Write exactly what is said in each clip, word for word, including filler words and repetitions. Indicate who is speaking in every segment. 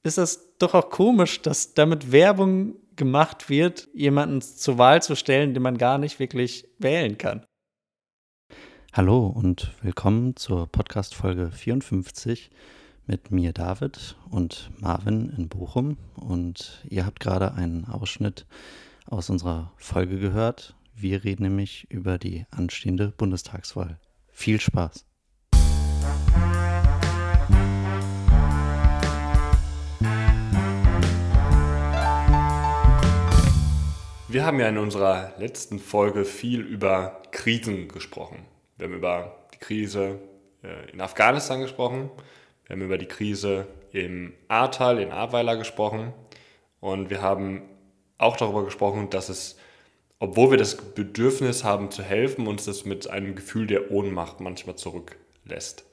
Speaker 1: ist das doch auch komisch, dass damit Werbung gemacht wird, jemanden zur Wahl zu stellen, den man gar nicht wirklich wählen kann.
Speaker 2: Hallo und willkommen zur Podcast-Folge vierundfünfzig mit mir David und Marvin in Bochum. Und ihr habt gerade einen Ausschnitt aus unserer Folge gehört. Wir reden nämlich über die anstehende Bundestagswahl. Viel Spaß!
Speaker 3: Wir haben ja in unserer letzten Folge viel über Krisen gesprochen. Wir haben über die Krise in Afghanistan gesprochen, wir haben über die Krise im Ahrtal, in Ahrweiler gesprochen und wir haben auch darüber gesprochen, dass es, obwohl wir das Bedürfnis haben zu helfen, uns das mit einem Gefühl der Ohnmacht manchmal zurücklässt.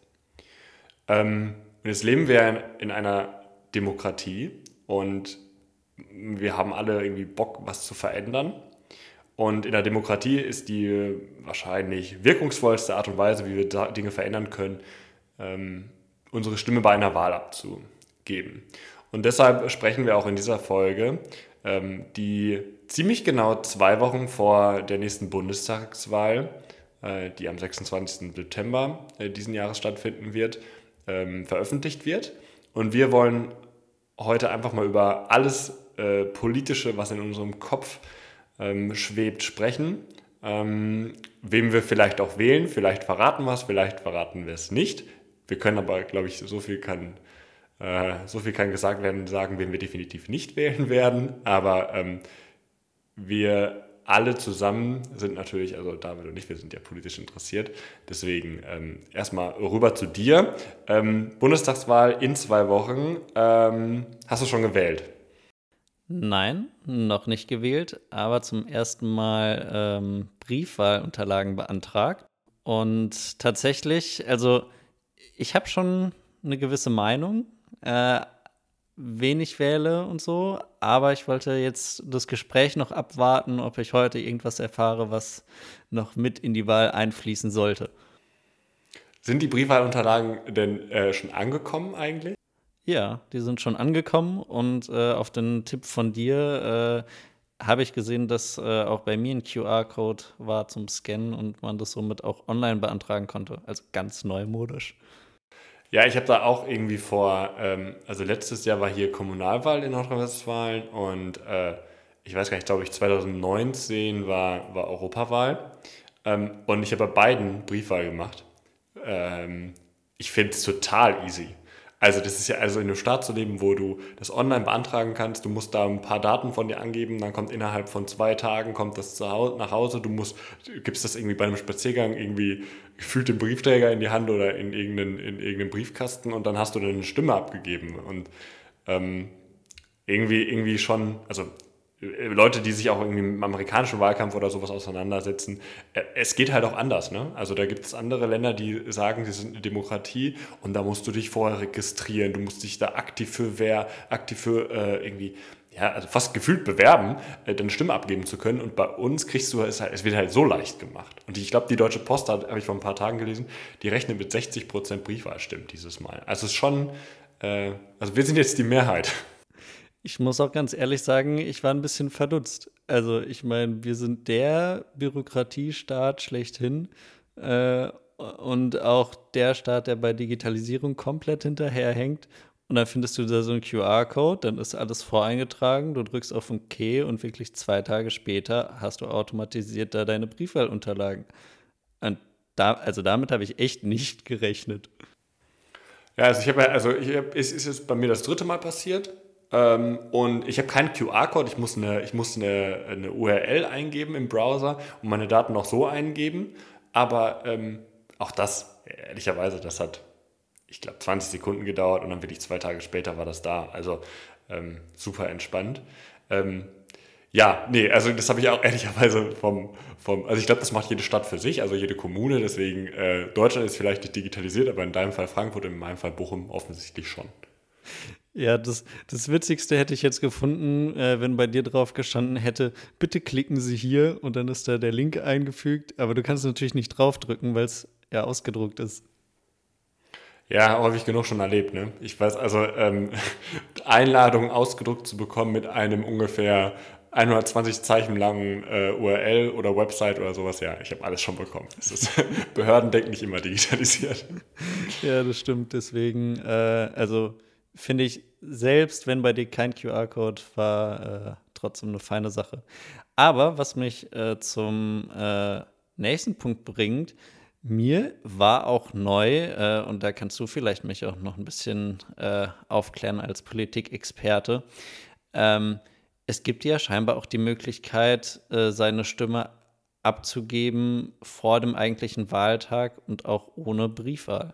Speaker 3: Und jetzt leben wir in einer Demokratie und wir haben alle irgendwie Bock, was zu verändern. Und in der Demokratie ist die wahrscheinlich wirkungsvollste Art und Weise, wie wir Dinge verändern können, ähm, unsere Stimme bei einer Wahl abzugeben. Und deshalb sprechen wir auch in dieser Folge, ähm, die ziemlich genau zwei Wochen vor der nächsten Bundestagswahl, äh, die am sechsundzwanzigsten September äh, diesen Jahres stattfinden wird, ähm, veröffentlicht wird. Und wir wollen heute einfach mal über alles äh, Politische, was in unserem Kopf ähm, schwebt, sprechen. Ähm, wem wir vielleicht auch wählen, vielleicht verraten wir es, vielleicht verraten wir es nicht. Wir können aber, glaube ich, so viel kann, äh, so viel kann gesagt werden, sagen, wen wir definitiv nicht wählen werden. Aber ähm, wir alle zusammen sind natürlich, also David und ich, wir sind ja politisch interessiert. Deswegen ähm, erstmal rüber zu dir. Ähm, Bundestagswahl in zwei Wochen. Ähm, hast du schon gewählt?
Speaker 1: Nein, noch nicht gewählt, aber zum ersten Mal ähm, Briefwahlunterlagen beantragt. Und tatsächlich, also ich habe schon eine gewisse Meinung, äh, wen ich wähle und so, aber ich wollte jetzt das Gespräch noch abwarten, ob ich heute irgendwas erfahre, was noch mit in die Wahl einfließen sollte.
Speaker 3: Sind die Briefwahlunterlagen denn äh, schon angekommen eigentlich?
Speaker 1: Ja, die sind schon angekommen und äh, auf den Tipp von dir äh, habe ich gesehen, dass äh, auch bei mir ein Q R-Code war zum Scannen und man das somit auch online beantragen konnte. Also ganz neumodisch.
Speaker 3: Ja, ich habe da auch irgendwie vor, ähm, also letztes Jahr war hier Kommunalwahl in Nordrhein-Westfalen und äh, ich weiß gar nicht, glaube ich, zwanzig neunzehn war, war Europawahl ähm, und ich habe bei beiden Briefwahl gemacht. Ähm, ich finde es total easy. Also das ist ja also in einem Staat zu leben, wo du das online beantragen kannst. Du musst da ein paar Daten von dir angeben, dann kommt innerhalb von zwei Tagen kommt das zu Hause, nach Hause. Du musst, du gibst das irgendwie bei einem Spaziergang irgendwie gefühlt den Briefträger in die Hand oder in irgendeinen, in irgendeinen Briefkasten und dann hast du dann eine Stimme abgegeben. Und ähm, irgendwie, irgendwie schon, also Leute, die sich auch irgendwie mit dem amerikanischen Wahlkampf oder sowas auseinandersetzen, es geht halt auch anders, ne? Also da gibt es andere Länder, die sagen, sie sind eine Demokratie und da musst du dich vorher registrieren, du musst dich da aktiv für wer, aktiv für äh, irgendwie, ja, also fast gefühlt bewerben, äh, deine Stimme abgeben zu können und bei uns kriegst du, es, halt, es wird halt so leicht gemacht. Und ich glaube, die Deutsche Post, habe ich vor ein paar Tagen gelesen, die rechnet mit sechzig Prozent Briefwahlstimmen dieses Mal. Also es ist schon, äh, also wir sind jetzt die Mehrheit.
Speaker 1: Ich muss auch ganz ehrlich sagen, ich war ein bisschen verdutzt. Also ich meine, wir sind der Bürokratiestaat schlechthin äh, und auch der Staat, der bei Digitalisierung komplett hinterherhängt. Und dann findest du da so einen Q R-Code, dann ist alles voreingetragen, du drückst auf OK und wirklich zwei Tage später hast du automatisiert da deine Briefwahlunterlagen. Und da, also damit habe ich echt nicht gerechnet.
Speaker 3: Ja, also ich habe, also ich hab, es ist jetzt bei mir das dritte Mal passiert. Ähm, und ich habe keinen Q R-Code, ich muss, eine, ich muss eine, eine U R L eingeben im Browser und meine Daten auch so eingeben. Aber ähm, auch das, ehrlicherweise, das hat, ich glaube, zwanzig Sekunden gedauert und dann wirklich zwei Tage später war das da. Also ähm, super entspannt. Ähm, ja, nee, also das habe ich auch ehrlicherweise vom, vom also ich glaube, das macht jede Stadt für sich, also jede Kommune. Deswegen, äh, Deutschland ist vielleicht nicht digitalisiert, aber in deinem Fall Frankfurt, in meinem Fall Bochum offensichtlich schon.
Speaker 1: Ja, das, das Witzigste hätte ich jetzt gefunden, äh, wenn bei dir drauf gestanden hätte, bitte klicken Sie hier und dann ist da der Link eingefügt, aber du kannst natürlich nicht draufdrücken, weil es ja ausgedruckt ist.
Speaker 3: Ja, häufig genug schon erlebt, ne? Ich weiß, also ähm, Einladungen ausgedruckt zu bekommen mit einem ungefähr hundertzwanzig Zeichen langen äh, U R L oder Website oder sowas, ja, ich habe alles schon bekommen. Es ist Behördendenken nicht immer digitalisiert.
Speaker 1: Ja, das stimmt. Deswegen, äh, also finde ich, selbst wenn bei dir kein Q R-Code war, äh, trotzdem eine feine Sache. Aber was mich äh, zum äh, nächsten Punkt bringt, mir war auch neu, äh, und da kannst du vielleicht mich auch noch ein bisschen äh, aufklären als Politikexperte. Ähm, Es gibt ja scheinbar auch die Möglichkeit, äh, seine Stimme abzugeben vor dem eigentlichen Wahltag und auch ohne Briefwahl.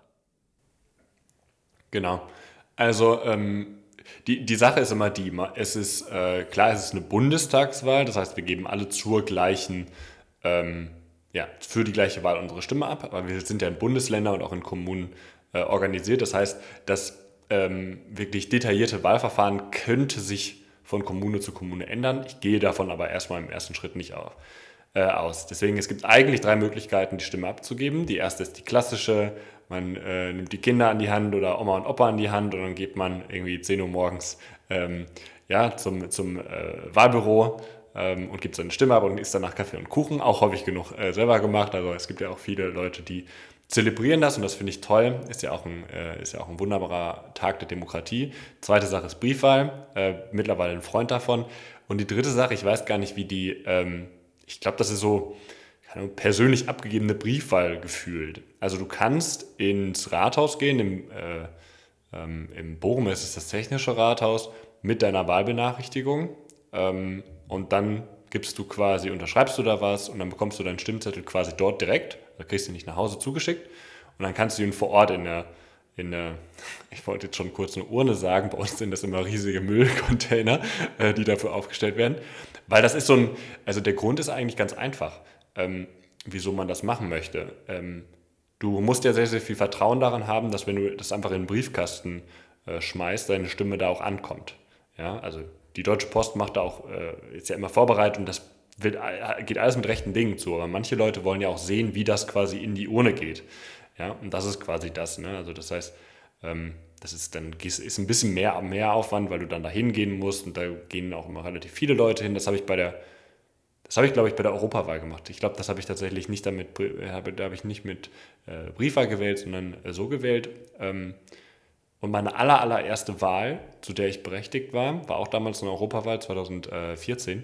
Speaker 3: Genau. Also ähm, die, die Sache ist immer die, es ist äh, klar, es ist eine Bundestagswahl, das heißt, wir geben alle zur gleichen, ähm, ja, für die gleiche Wahl unsere Stimme ab, aber wir sind ja in Bundesländern und auch in Kommunen äh, organisiert. Das heißt, das ähm, wirklich detaillierte Wahlverfahren könnte sich von Kommune zu Kommune ändern. Ich gehe davon aber erstmal im ersten Schritt nicht auf, äh, aus. Deswegen, es gibt eigentlich drei Möglichkeiten, die Stimme abzugeben. Die erste ist die klassische, man äh, nimmt die Kinder an die Hand oder Oma und Opa an die Hand und dann geht man irgendwie zehn Uhr morgens ähm, ja, zum, zum äh, Wahlbüro ähm, und gibt seine Stimme ab und isst danach Kaffee und Kuchen. Auch häufig genug äh, selber gemacht. Also es gibt ja auch viele Leute, die zelebrieren das und das finde ich toll. Ist ja auch ein, äh, ist ja auch ein wunderbarer Tag der Demokratie. Zweite Sache ist Briefwahl. Äh, mittlerweile ein Freund davon. Und die dritte Sache, ich weiß gar nicht, wie die, ähm, ich glaube, das ist so keine Ahnung, persönlich abgegebene Briefwahl gefühlt. Also du kannst ins Rathaus gehen, im, äh, ähm, im Bochum ist es das Technische Rathaus, mit deiner Wahlbenachrichtigung ähm, und dann gibst du quasi, unterschreibst du da was und dann bekommst du deinen Stimmzettel quasi dort direkt, da kriegst du ihn nicht nach Hause zugeschickt und dann kannst du ihn vor Ort in der, in der ich wollte jetzt schon kurz eine Urne sagen, bei uns sind das immer riesige Müllcontainer, äh, die dafür aufgestellt werden, weil das ist so ein, also der Grund ist eigentlich ganz einfach, ähm, wieso man das machen möchte. Ähm, du musst ja sehr, sehr viel Vertrauen daran haben, dass wenn du das einfach in den Briefkasten äh, schmeißt, deine Stimme da auch ankommt. Ja, also die Deutsche Post macht da auch, äh, ist ja immer vorbereitet und das wird, geht alles mit rechten Dingen zu. Aber manche Leute wollen ja auch sehen, wie das quasi in die Urne geht. Ja, und das ist quasi das. Ne? Also das heißt, ähm, das ist dann ist ein bisschen mehr, mehr Aufwand, weil du dann da hingehen musst und da gehen auch immer relativ viele Leute hin. Das habe ich bei der Das habe ich, glaube ich, bei der Europawahl gemacht. Ich glaube, das habe ich tatsächlich nicht damit, habe, da habe ich nicht mit äh, Briefwahl gewählt, sondern äh, so gewählt. Ähm, und meine aller, allererste Wahl, zu der ich berechtigt war, war auch damals eine Europawahl zweitausendvierzehn.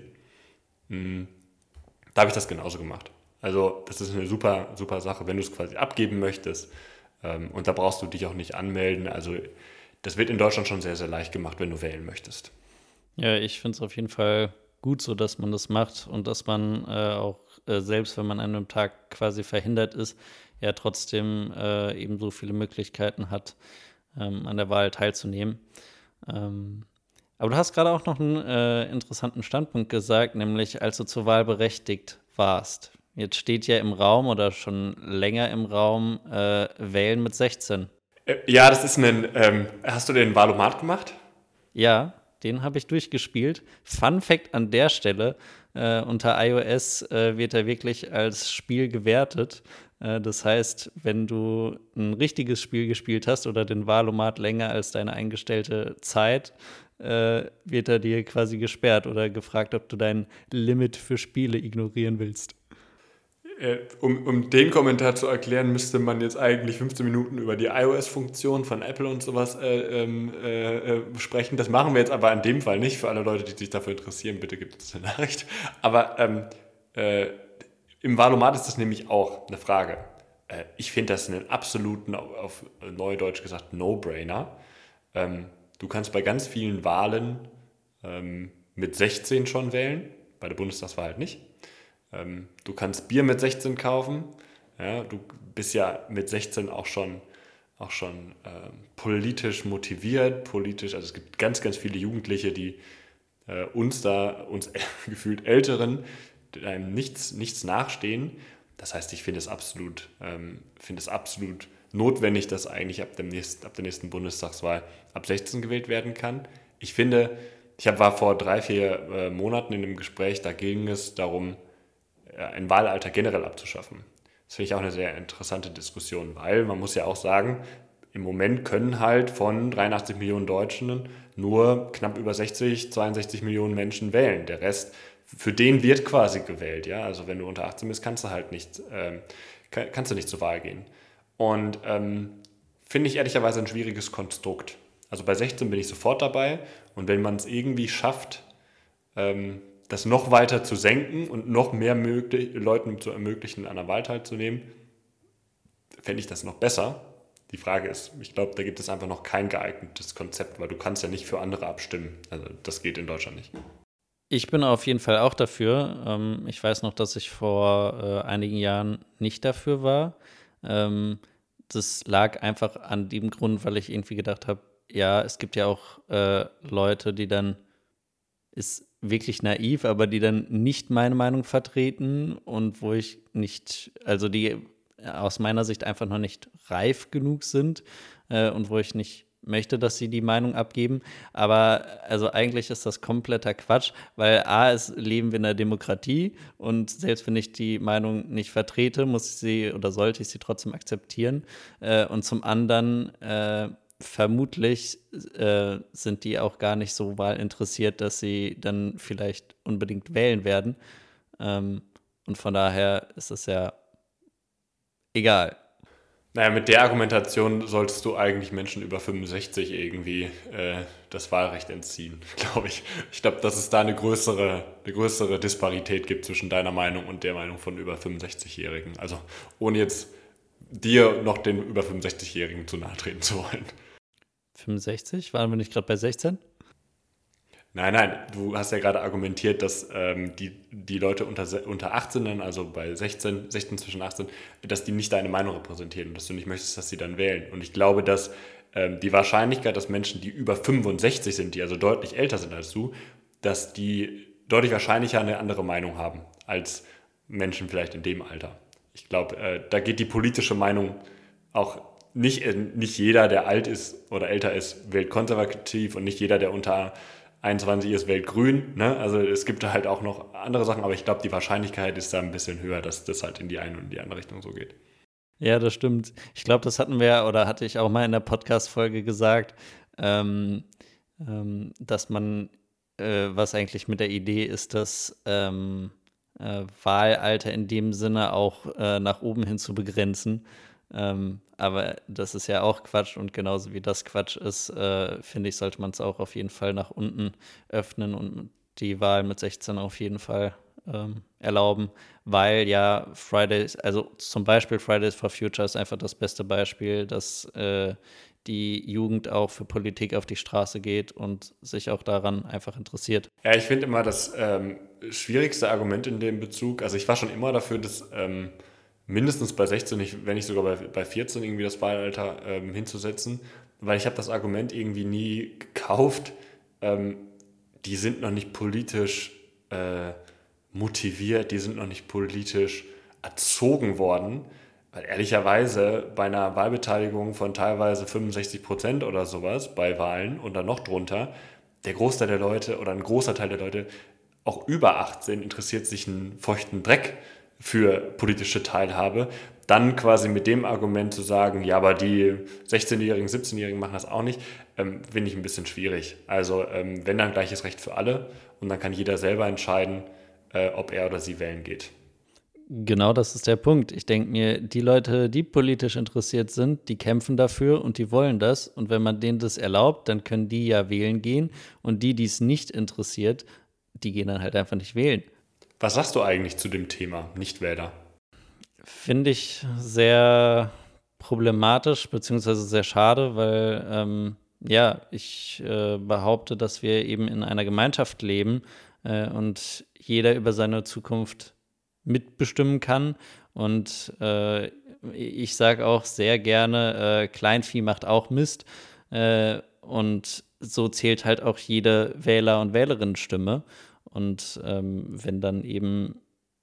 Speaker 3: Mhm. Da habe ich das genauso gemacht. Also das ist eine super, super Sache, wenn du es quasi abgeben möchtest. Ähm, und da brauchst du dich auch nicht anmelden. Also das wird in Deutschland schon sehr, sehr leicht gemacht, wenn du wählen möchtest.
Speaker 1: Ja, ich finde es auf jeden Fall gut so, dass man das macht und dass man äh, auch, äh, selbst wenn man an einem Tag quasi verhindert ist, ja trotzdem äh, eben so viele Möglichkeiten hat, ähm, an der Wahl teilzunehmen. Ähm, aber du hast gerade auch noch einen äh, interessanten Standpunkt gesagt, nämlich als du zur Wahl berechtigt warst. Jetzt steht ja im Raum oder schon länger im Raum äh, Wählen mit sechzehn.
Speaker 3: Äh, ja, das ist ein, ähm, hast du den Wahlomat gemacht?
Speaker 1: Ja, den habe ich durchgespielt. Fun Fact an der Stelle, äh, unter iOS äh, wird er wirklich als Spiel gewertet. Äh, das heißt, wenn du ein richtiges Spiel gespielt hast oder den Wahlomat länger als deine eingestellte Zeit, äh, wird er dir quasi gesperrt oder gefragt, ob du dein Limit für Spiele ignorieren willst.
Speaker 3: Äh, um, um den Kommentar zu erklären, müsste man jetzt eigentlich fünfzehn Minuten über die iOS-Funktion von Apple und sowas äh, äh, äh, sprechen. Das machen wir jetzt aber in dem Fall nicht. Für alle Leute, die sich dafür interessieren, bitte gibt es eine Nachricht. Aber ähm, äh, im Wahlomat ist das nämlich auch eine Frage. Äh, ich finde das einen absoluten, auf Neudeutsch gesagt, No-Brainer. Ähm, du kannst bei ganz vielen Wahlen ähm, mit sechzehn schon wählen, bei der Bundestagswahl halt nicht. Du kannst Bier mit sechzehn kaufen. Ja, du bist ja mit sechzehn auch schon, auch schon äh, politisch motiviert. Politisch, also es gibt ganz, ganz viele Jugendliche, die äh, uns da, uns gefühlt Älteren, einem nichts, nichts nachstehen. Das heißt, ich finde es absolut, ähm, finde es absolut notwendig, dass eigentlich ab, dem nächsten, ab der nächsten Bundestagswahl ab sechzehn gewählt werden kann. Ich finde, ich hab, war vor drei, vier äh, Monaten in einem Gespräch, da ging es darum, ein Wahlalter generell abzuschaffen. Das finde ich auch eine sehr interessante Diskussion, weil man muss ja auch sagen, im Moment können halt von dreiundachtzig Millionen Deutschen nur knapp über sechzig, zweiundsechzig Millionen Menschen wählen. Der Rest, für den wird quasi gewählt. Ja? Also wenn du unter achtzehn bist, kannst du halt nicht, ähm, kannst du nicht zur Wahl gehen. Und ähm, finde ich ehrlicherweise ein schwieriges Konstrukt. Also bei sechzehn bin ich sofort dabei und wenn man es irgendwie schafft, ähm, das noch weiter zu senken und noch mehr möglich, Leuten zu ermöglichen, an der Wahl teilzunehmen, fände ich das noch besser. Die Frage ist, ich glaube, da gibt es einfach noch kein geeignetes Konzept, weil du kannst ja nicht für andere abstimmen. Also das geht in Deutschland nicht.
Speaker 1: Ich bin auf jeden Fall auch dafür. Ähm, ich weiß noch, dass ich vor äh, einigen Jahren nicht dafür war. Ähm, das lag einfach an dem Grund, weil ich irgendwie gedacht habe, ja, es gibt ja auch äh, Leute, die dann, ist wirklich naiv, aber die dann nicht meine Meinung vertreten und wo ich nicht, also die aus meiner Sicht einfach noch nicht reif genug sind äh, und wo ich nicht möchte, dass sie die Meinung abgeben. Aber also eigentlich ist das kompletter Quatsch, weil A, es leben wir in einer Demokratie und selbst wenn ich die Meinung nicht vertrete, muss ich sie oder sollte ich sie trotzdem akzeptieren. Äh, und zum anderen äh, vermutlich äh, sind die auch gar nicht so wahlinteressiert, dass sie dann vielleicht unbedingt wählen werden. Ähm, und von daher ist es ja egal.
Speaker 3: Naja, mit der Argumentation solltest du eigentlich Menschen über fünfundsechzig irgendwie äh, das Wahlrecht entziehen, glaube ich. Ich glaube, dass es da eine größere, eine größere Disparität gibt zwischen deiner Meinung und der Meinung von über fünfundsechzig-Jährigen. Also ohne jetzt dir noch den über fünfundsechzig-Jährigen zu nahe treten zu wollen.
Speaker 1: fünfundsechzig? Waren wir nicht gerade bei sechzehn?
Speaker 3: Nein, nein, du hast ja gerade argumentiert, dass ähm, die, die Leute unter, unter achtzehn, also bei sechzehn, sechzehn zwischen achtzehn, dass die nicht deine Meinung repräsentieren und dass du nicht möchtest, dass sie dann wählen. Und ich glaube, dass ähm, die Wahrscheinlichkeit, dass Menschen, die über fünfundsechzig sind, die also deutlich älter sind als du, dass die deutlich wahrscheinlicher eine andere Meinung haben als Menschen vielleicht in dem Alter. Ich glaube, äh, da geht die politische Meinung auch nicht, äh, nicht jeder, der alt ist oder älter ist, wählt konservativ und nicht jeder, der unter einundzwanzig ist, wählt grün. Ne? Also es gibt da halt auch noch andere Sachen, aber ich glaube, die Wahrscheinlichkeit ist da ein bisschen höher, dass das halt in die eine und die andere Richtung so geht.
Speaker 1: Ja, das stimmt. Ich glaube, das hatten wir oder hatte ich auch mal in der Podcast-Folge gesagt, ähm, ähm, dass man, äh, was eigentlich mit der Idee ist, das ähm, äh, Wahlalter in dem Sinne auch äh, nach oben hin zu begrenzen. Ähm, aber das ist ja auch Quatsch und genauso wie das Quatsch ist, äh, finde ich, sollte man es auch auf jeden Fall nach unten öffnen und die Wahl mit sechzehn auf jeden Fall ähm, erlauben, weil ja Fridays, also zum Beispiel Fridays for Future ist einfach das beste Beispiel, dass äh, die Jugend auch für Politik auf die Straße geht und sich auch daran einfach interessiert.
Speaker 3: Ja, ich finde immer das ähm, schwierigste Argument in dem Bezug, also ich war schon immer dafür, dass ähm, mindestens bei sechzehn, wenn nicht sogar bei, bei vierzehn irgendwie das Wahlalter ähm, hinzusetzen, weil ich habe das Argument irgendwie nie gekauft, ähm, die sind noch nicht politisch äh, motiviert, die sind noch nicht politisch erzogen worden, weil ehrlicherweise bei einer Wahlbeteiligung von teilweise fünfundsechzig Prozent oder sowas bei Wahlen und dann noch drunter, der Großteil der Leute oder ein großer Teil der Leute, auch über achtzehn, interessiert sich einen feuchten Dreck für politische Teilhabe, dann quasi mit dem Argument zu sagen, ja, aber die sechzehnjährigen, siebzehnjährigen machen das auch nicht, ähm, finde ich ein bisschen schwierig. Also ähm, wenn, dann gleiches Recht für alle und dann kann jeder selber entscheiden, äh, ob er oder sie wählen geht.
Speaker 1: Genau das ist der Punkt. Ich denke mir, die Leute, die politisch interessiert sind, die kämpfen dafür und die wollen das. Und wenn man denen das erlaubt, dann können die ja wählen gehen. Und die, die es nicht interessiert, die gehen dann halt einfach nicht wählen.
Speaker 3: Was sagst du eigentlich zu dem Thema Nichtwähler?
Speaker 1: Finde ich sehr problematisch, beziehungsweise sehr schade, weil ähm, ja, ich äh, behaupte, dass wir eben in einer Gemeinschaft leben äh, und jeder über seine Zukunft mitbestimmen kann. Und äh, ich sage auch sehr gerne, äh, Kleinvieh macht auch Mist. Äh, und so zählt halt auch jede Wähler- und Wählerinnenstimme. Und ähm, wenn dann eben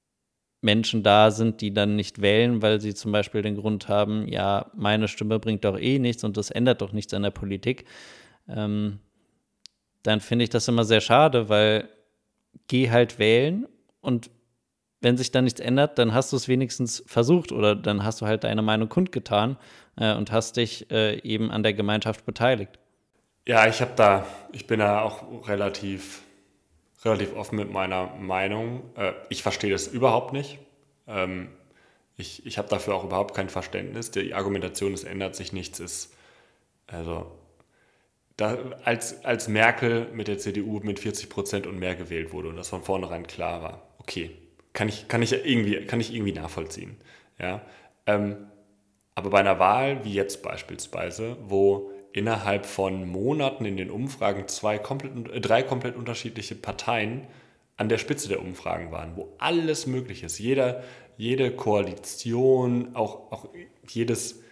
Speaker 1: Menschen da sind, die dann nicht wählen, weil sie zum Beispiel den Grund haben, ja, meine Stimme bringt doch eh nichts und das ändert doch nichts an der Politik, ähm, dann finde ich das immer sehr schade, weil geh halt wählen und wenn sich dann nichts ändert, dann hast du es wenigstens versucht oder dann hast du halt deine Meinung kundgetan äh, und hast dich äh, eben an der Gemeinschaft beteiligt.
Speaker 3: Ja, ich habe da, ich bin da auch relativ, relativ offen mit meiner Meinung. Äh, ich verstehe das überhaupt nicht. Ähm, ich ich habe dafür auch überhaupt kein Verständnis. Die Argumentation, es ändert sich nichts, ist, also, da, als, als Merkel mit der C D U mit vierzig Prozent und mehr gewählt wurde und das von vornherein klar war, okay, kann ich, kann ich irgendwie, kann ich irgendwie nachvollziehen. Ja? Ähm, aber bei einer Wahl wie jetzt beispielsweise, wo innerhalb von Monaten in den Umfragen zwei komplett, äh, drei komplett unterschiedliche Parteien an der Spitze der Umfragen waren, wo alles möglich ist, jeder, jede Koalition, auch, auch jedes,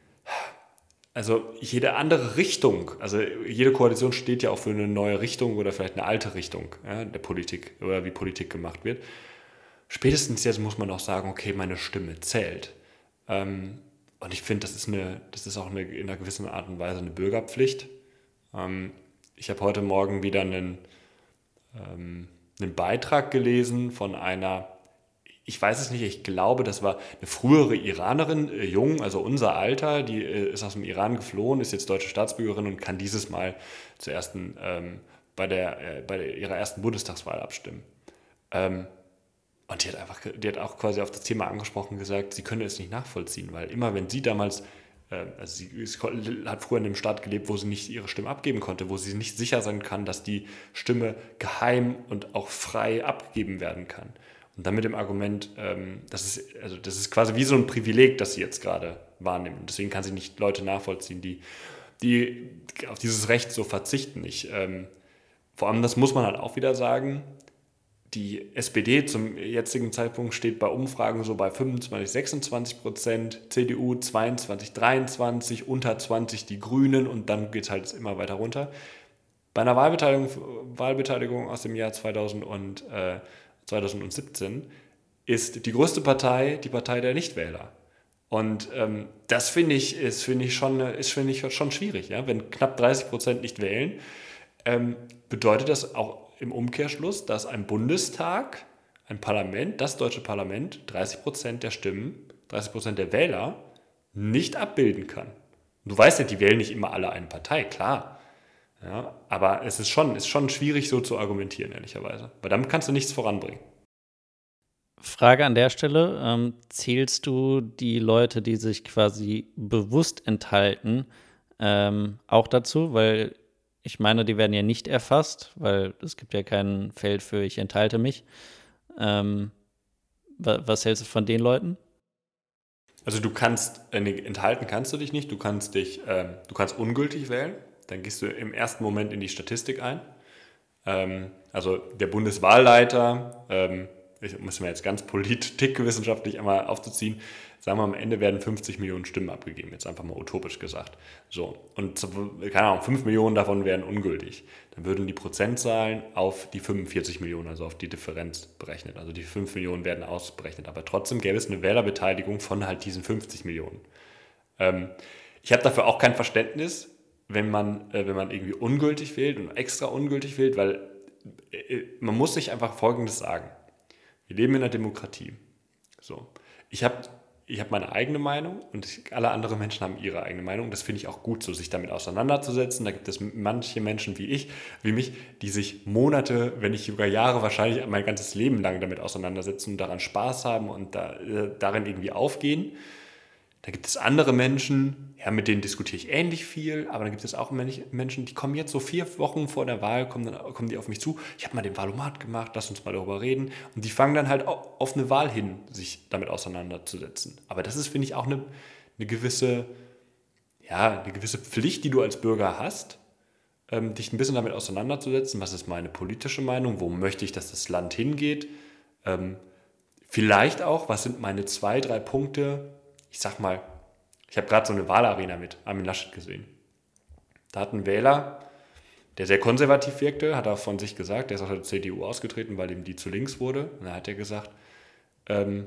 Speaker 3: also jede andere Richtung, also jede Koalition steht ja auch für eine neue Richtung oder vielleicht eine alte Richtung, ja, der Politik oder wie Politik gemacht wird. Spätestens jetzt muss man auch sagen, okay, meine Stimme zählt. Ähm, und ich finde, das ist eine, das ist auch eine, in einer gewissen Art und Weise eine Bürgerpflicht. Ähm, ich habe heute Morgen wieder einen, ähm, einen Beitrag gelesen von einer, ich weiß es nicht, ich glaube, das war eine frühere Iranerin, äh, jung, also unser Alter, die äh, ist aus dem Iran geflohen, ist jetzt deutsche Staatsbürgerin und kann dieses Mal zur ersten, ähm, bei, der, äh, bei der, ihrer ersten Bundestagswahl abstimmen. Ähm, Und die hat einfach, die hat auch quasi auf das Thema angesprochen gesagt, sie könne es nicht nachvollziehen, weil immer wenn sie damals, äh, also sie, sie hat früher in einem Staat gelebt, wo sie nicht ihre Stimme abgeben konnte, wo sie nicht sicher sein kann, dass die Stimme geheim und auch frei abgegeben werden kann. Und dann mit dem Argument, ähm, das ist, also das ist quasi wie so ein Privileg, das sie jetzt gerade wahrnimmt. Und deswegen kann sie nicht Leute nachvollziehen, die, die auf dieses Recht so verzichten. Ich, ähm, vor allem, das muss man halt auch wieder sagen, die S P D zum jetzigen Zeitpunkt steht bei Umfragen so bei fünfundzwanzig, sechsundzwanzig Prozent, C D U zweiundzwanzig, dreiundzwanzig, unter zwanzig die Grünen und dann geht es halt immer weiter runter. Bei einer Wahlbeteiligung, Wahlbeteiligung aus dem Jahr zweitausend und, äh, zweitausendsiebzehn ist die größte Partei die Partei der Nichtwähler. Und ähm, das finde ich, ist, finde ich, schon, ist, finde ich schon schwierig. Ja? Wenn knapp dreißig Prozent nicht wählen, ähm, bedeutet das auch im Umkehrschluss, dass ein Bundestag, ein Parlament, das deutsche Parlament, dreißig Prozent der Stimmen, dreißig Prozent der Wähler nicht abbilden kann. Du weißt ja, die wählen nicht immer alle eine Partei, klar. Ja, aber es ist schon, ist schon schwierig, so zu argumentieren, ehrlicherweise. Weil damit kannst du nichts voranbringen.
Speaker 1: Frage an der Stelle, ähm, zählst du die Leute, die sich quasi bewusst enthalten, ähm, auch dazu? Weil ich meine, die werden ja nicht erfasst, weil es gibt ja kein Feld für ich enthalte mich. Ähm, wa- was hältst du von den Leuten?
Speaker 3: Also du kannst, äh, nee, enthalten kannst du dich nicht, du kannst dich, ähm, du kannst ungültig wählen, dann gehst du im ersten Moment in die Statistik ein. Ähm, also der Bundeswahlleiter, ähm, ich muss mir jetzt ganz politikwissenschaftlich einmal aufzuziehen, sagen wir am Ende werden fünfzig Millionen Stimmen abgegeben, jetzt einfach mal utopisch gesagt. So, und keine Ahnung, fünf Millionen davon wären ungültig. Dann würden die Prozentzahlen auf die fünfundvierzig Millionen, also auf die Differenz berechnet. Also die fünf Millionen werden ausberechnet, aber trotzdem gäbe es eine Wählerbeteiligung von halt diesen fünfzig Millionen. Ähm, ich habe dafür auch kein Verständnis, wenn man, äh, wenn man irgendwie ungültig wählt und extra ungültig wählt, weil äh, man muss sich einfach Folgendes sagen. Wir leben in einer Demokratie. So. Ich habe ich hab meine eigene Meinung und alle anderen Menschen haben ihre eigene Meinung. Das finde ich auch gut so, sich damit auseinanderzusetzen. Da gibt es manche Menschen wie ich, wie mich, die sich Monate, wenn nicht sogar Jahre, wahrscheinlich mein ganzes Leben lang damit auseinandersetzen und daran Spaß haben und da, äh, darin irgendwie aufgehen. Da gibt es andere Menschen, ja, mit denen diskutiere ich ähnlich viel, aber dann gibt es auch Menschen, die kommen jetzt so vier Wochen vor der Wahl, kommen, dann, kommen die auf mich zu, ich habe mal den Wahlomat gemacht, lass uns mal darüber reden. Und die fangen dann halt auf eine Wahl hin, sich damit auseinanderzusetzen. Aber das ist, finde ich, auch eine, eine, gewisse, ja, eine gewisse Pflicht, die du als Bürger hast, ähm, dich ein bisschen damit auseinanderzusetzen. Was ist meine politische Meinung? Wo möchte ich, dass das Land hingeht? Ähm, vielleicht auch, was sind meine zwei, drei Punkte? Ich sag mal, ich habe gerade so eine Wahlarena mit Armin Laschet gesehen. Da hat ein Wähler, der sehr konservativ wirkte, hat er von sich gesagt, der ist aus der C D U ausgetreten, weil ihm die zu links wurde. Und da hat er gesagt, ähm,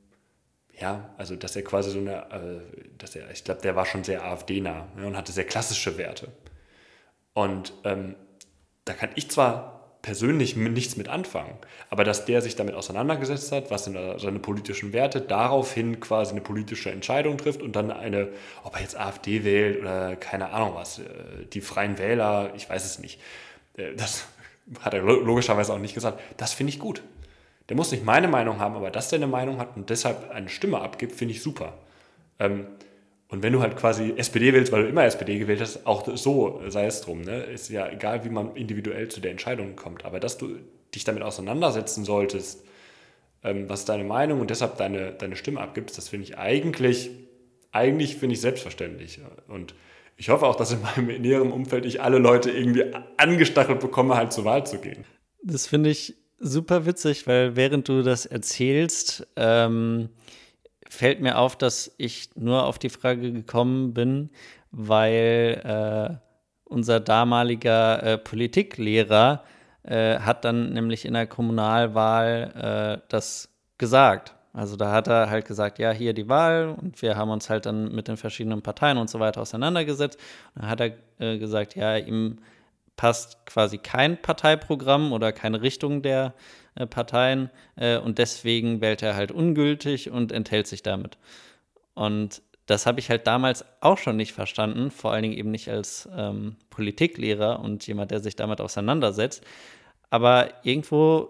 Speaker 3: ja, also dass er quasi so eine, äh, dass er, ich glaube, der war schon sehr AfD-nah, ne, und hatte sehr klassische Werte. Und ähm, da kann ich zwar persönlich nichts mit anfangen. Aber dass der sich damit auseinandergesetzt hat, was sind seine politischen Werte, daraufhin quasi eine politische Entscheidung trifft und dann eine, ob er jetzt AfD wählt oder keine Ahnung was, die Freien Wähler, ich weiß es nicht. Das hat er logischerweise auch nicht gesagt. Das finde ich gut. Der muss nicht meine Meinung haben, aber dass der eine Meinung hat und deshalb eine Stimme abgibt, finde ich super. Ähm, Und wenn du halt quasi S P D wählst, weil du immer S P D gewählt hast, auch so, sei es drum, ne? Ist ja egal, wie man individuell zu der Entscheidung kommt. Aber dass du dich damit auseinandersetzen solltest, ähm, was ist deine Meinung und deshalb deine, deine Stimme abgibst, das finde ich eigentlich, eigentlich finde ich selbstverständlich. Und ich hoffe auch, dass in meinem näheren Umfeld ich alle Leute irgendwie angestachelt bekomme, halt zur Wahl zu gehen.
Speaker 1: Das finde ich super witzig, weil während du das erzählst, ähm, fällt mir auf, dass ich nur auf die Frage gekommen bin, weil äh, unser damaliger äh, Politiklehrer äh, hat dann nämlich in der Kommunalwahl äh, das gesagt. Also da hat er halt gesagt, ja, hier die Wahl und wir haben uns halt dann mit den verschiedenen Parteien und so weiter auseinandergesetzt. Und dann hat er äh, gesagt, ja, ihm passt quasi kein Parteiprogramm oder keine Richtung der äh, Parteien äh, und deswegen wählt er halt ungültig und enthält sich damit. Und das habe ich halt damals auch schon nicht verstanden, vor allen Dingen eben nicht als ähm, Politiklehrer und jemand, der sich damit auseinandersetzt. Aber irgendwo